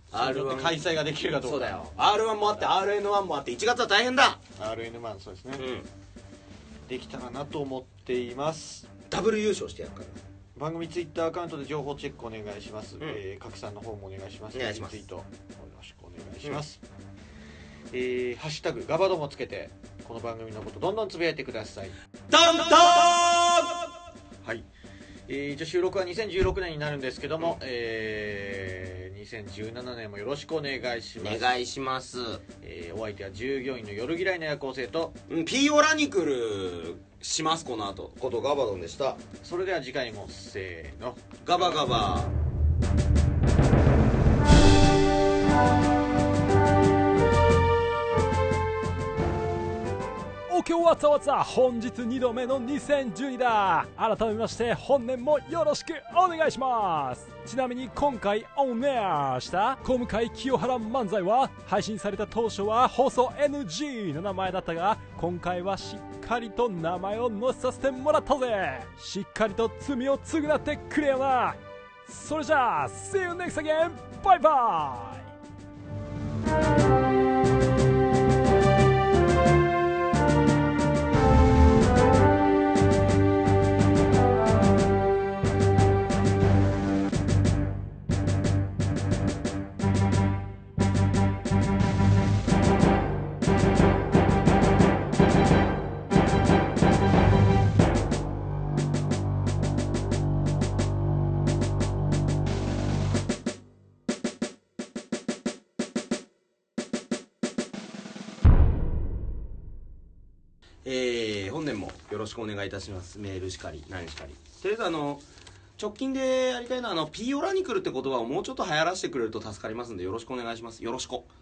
それによって開催ができるかどうか。 そうだよ アールワン もあって アールエヌワン もあっていちがつは大変だ。 アールエヌワン そうですね、 うん、 できたらなと思っています。 ダブル優勝してやるから。 番組ツイッターアカウントで情報チェックお願いします、 うんえー、各さんの方もお願いします。 お願いします。 ツイートよろしくお願いします、うん、えー、ハッシュタグガバドもつけてこの番組のことどんどんつぶやいてください。 トントンはい、えー、じゃあ収録はにせんじゅうろくねんになるんですけども、うん、えー、にせんじゅうななねんもよろしくお願いします。 お願いします、 えー、お相手は従業員の夜嫌いな夜行性と、 うん、ピーオラニクルします。この後ことガバドンでした。 それでは次回もせーのガバガバ。 お今日わざわざ本日にどめのにせんじゅうにだ。改めまして本年もよろしくお願いします。ちなみに今回オンエアした小向井清原漫才は配信された当初は放送 エヌジー の名前だったが、今回はしっかりと名前を載せさせてもらったぜ。しっかりと罪を償ってくれよな。それじゃあ See you next again! バイバイ。 えー、本年もよろしくお願いいたします。メールしかり何しかり。とりあえずあの直近でやりたいのはあのピーオラニクルって言葉をもうちょっと流行らせてくれると助かりますんでよろしくお願いします。よろしく。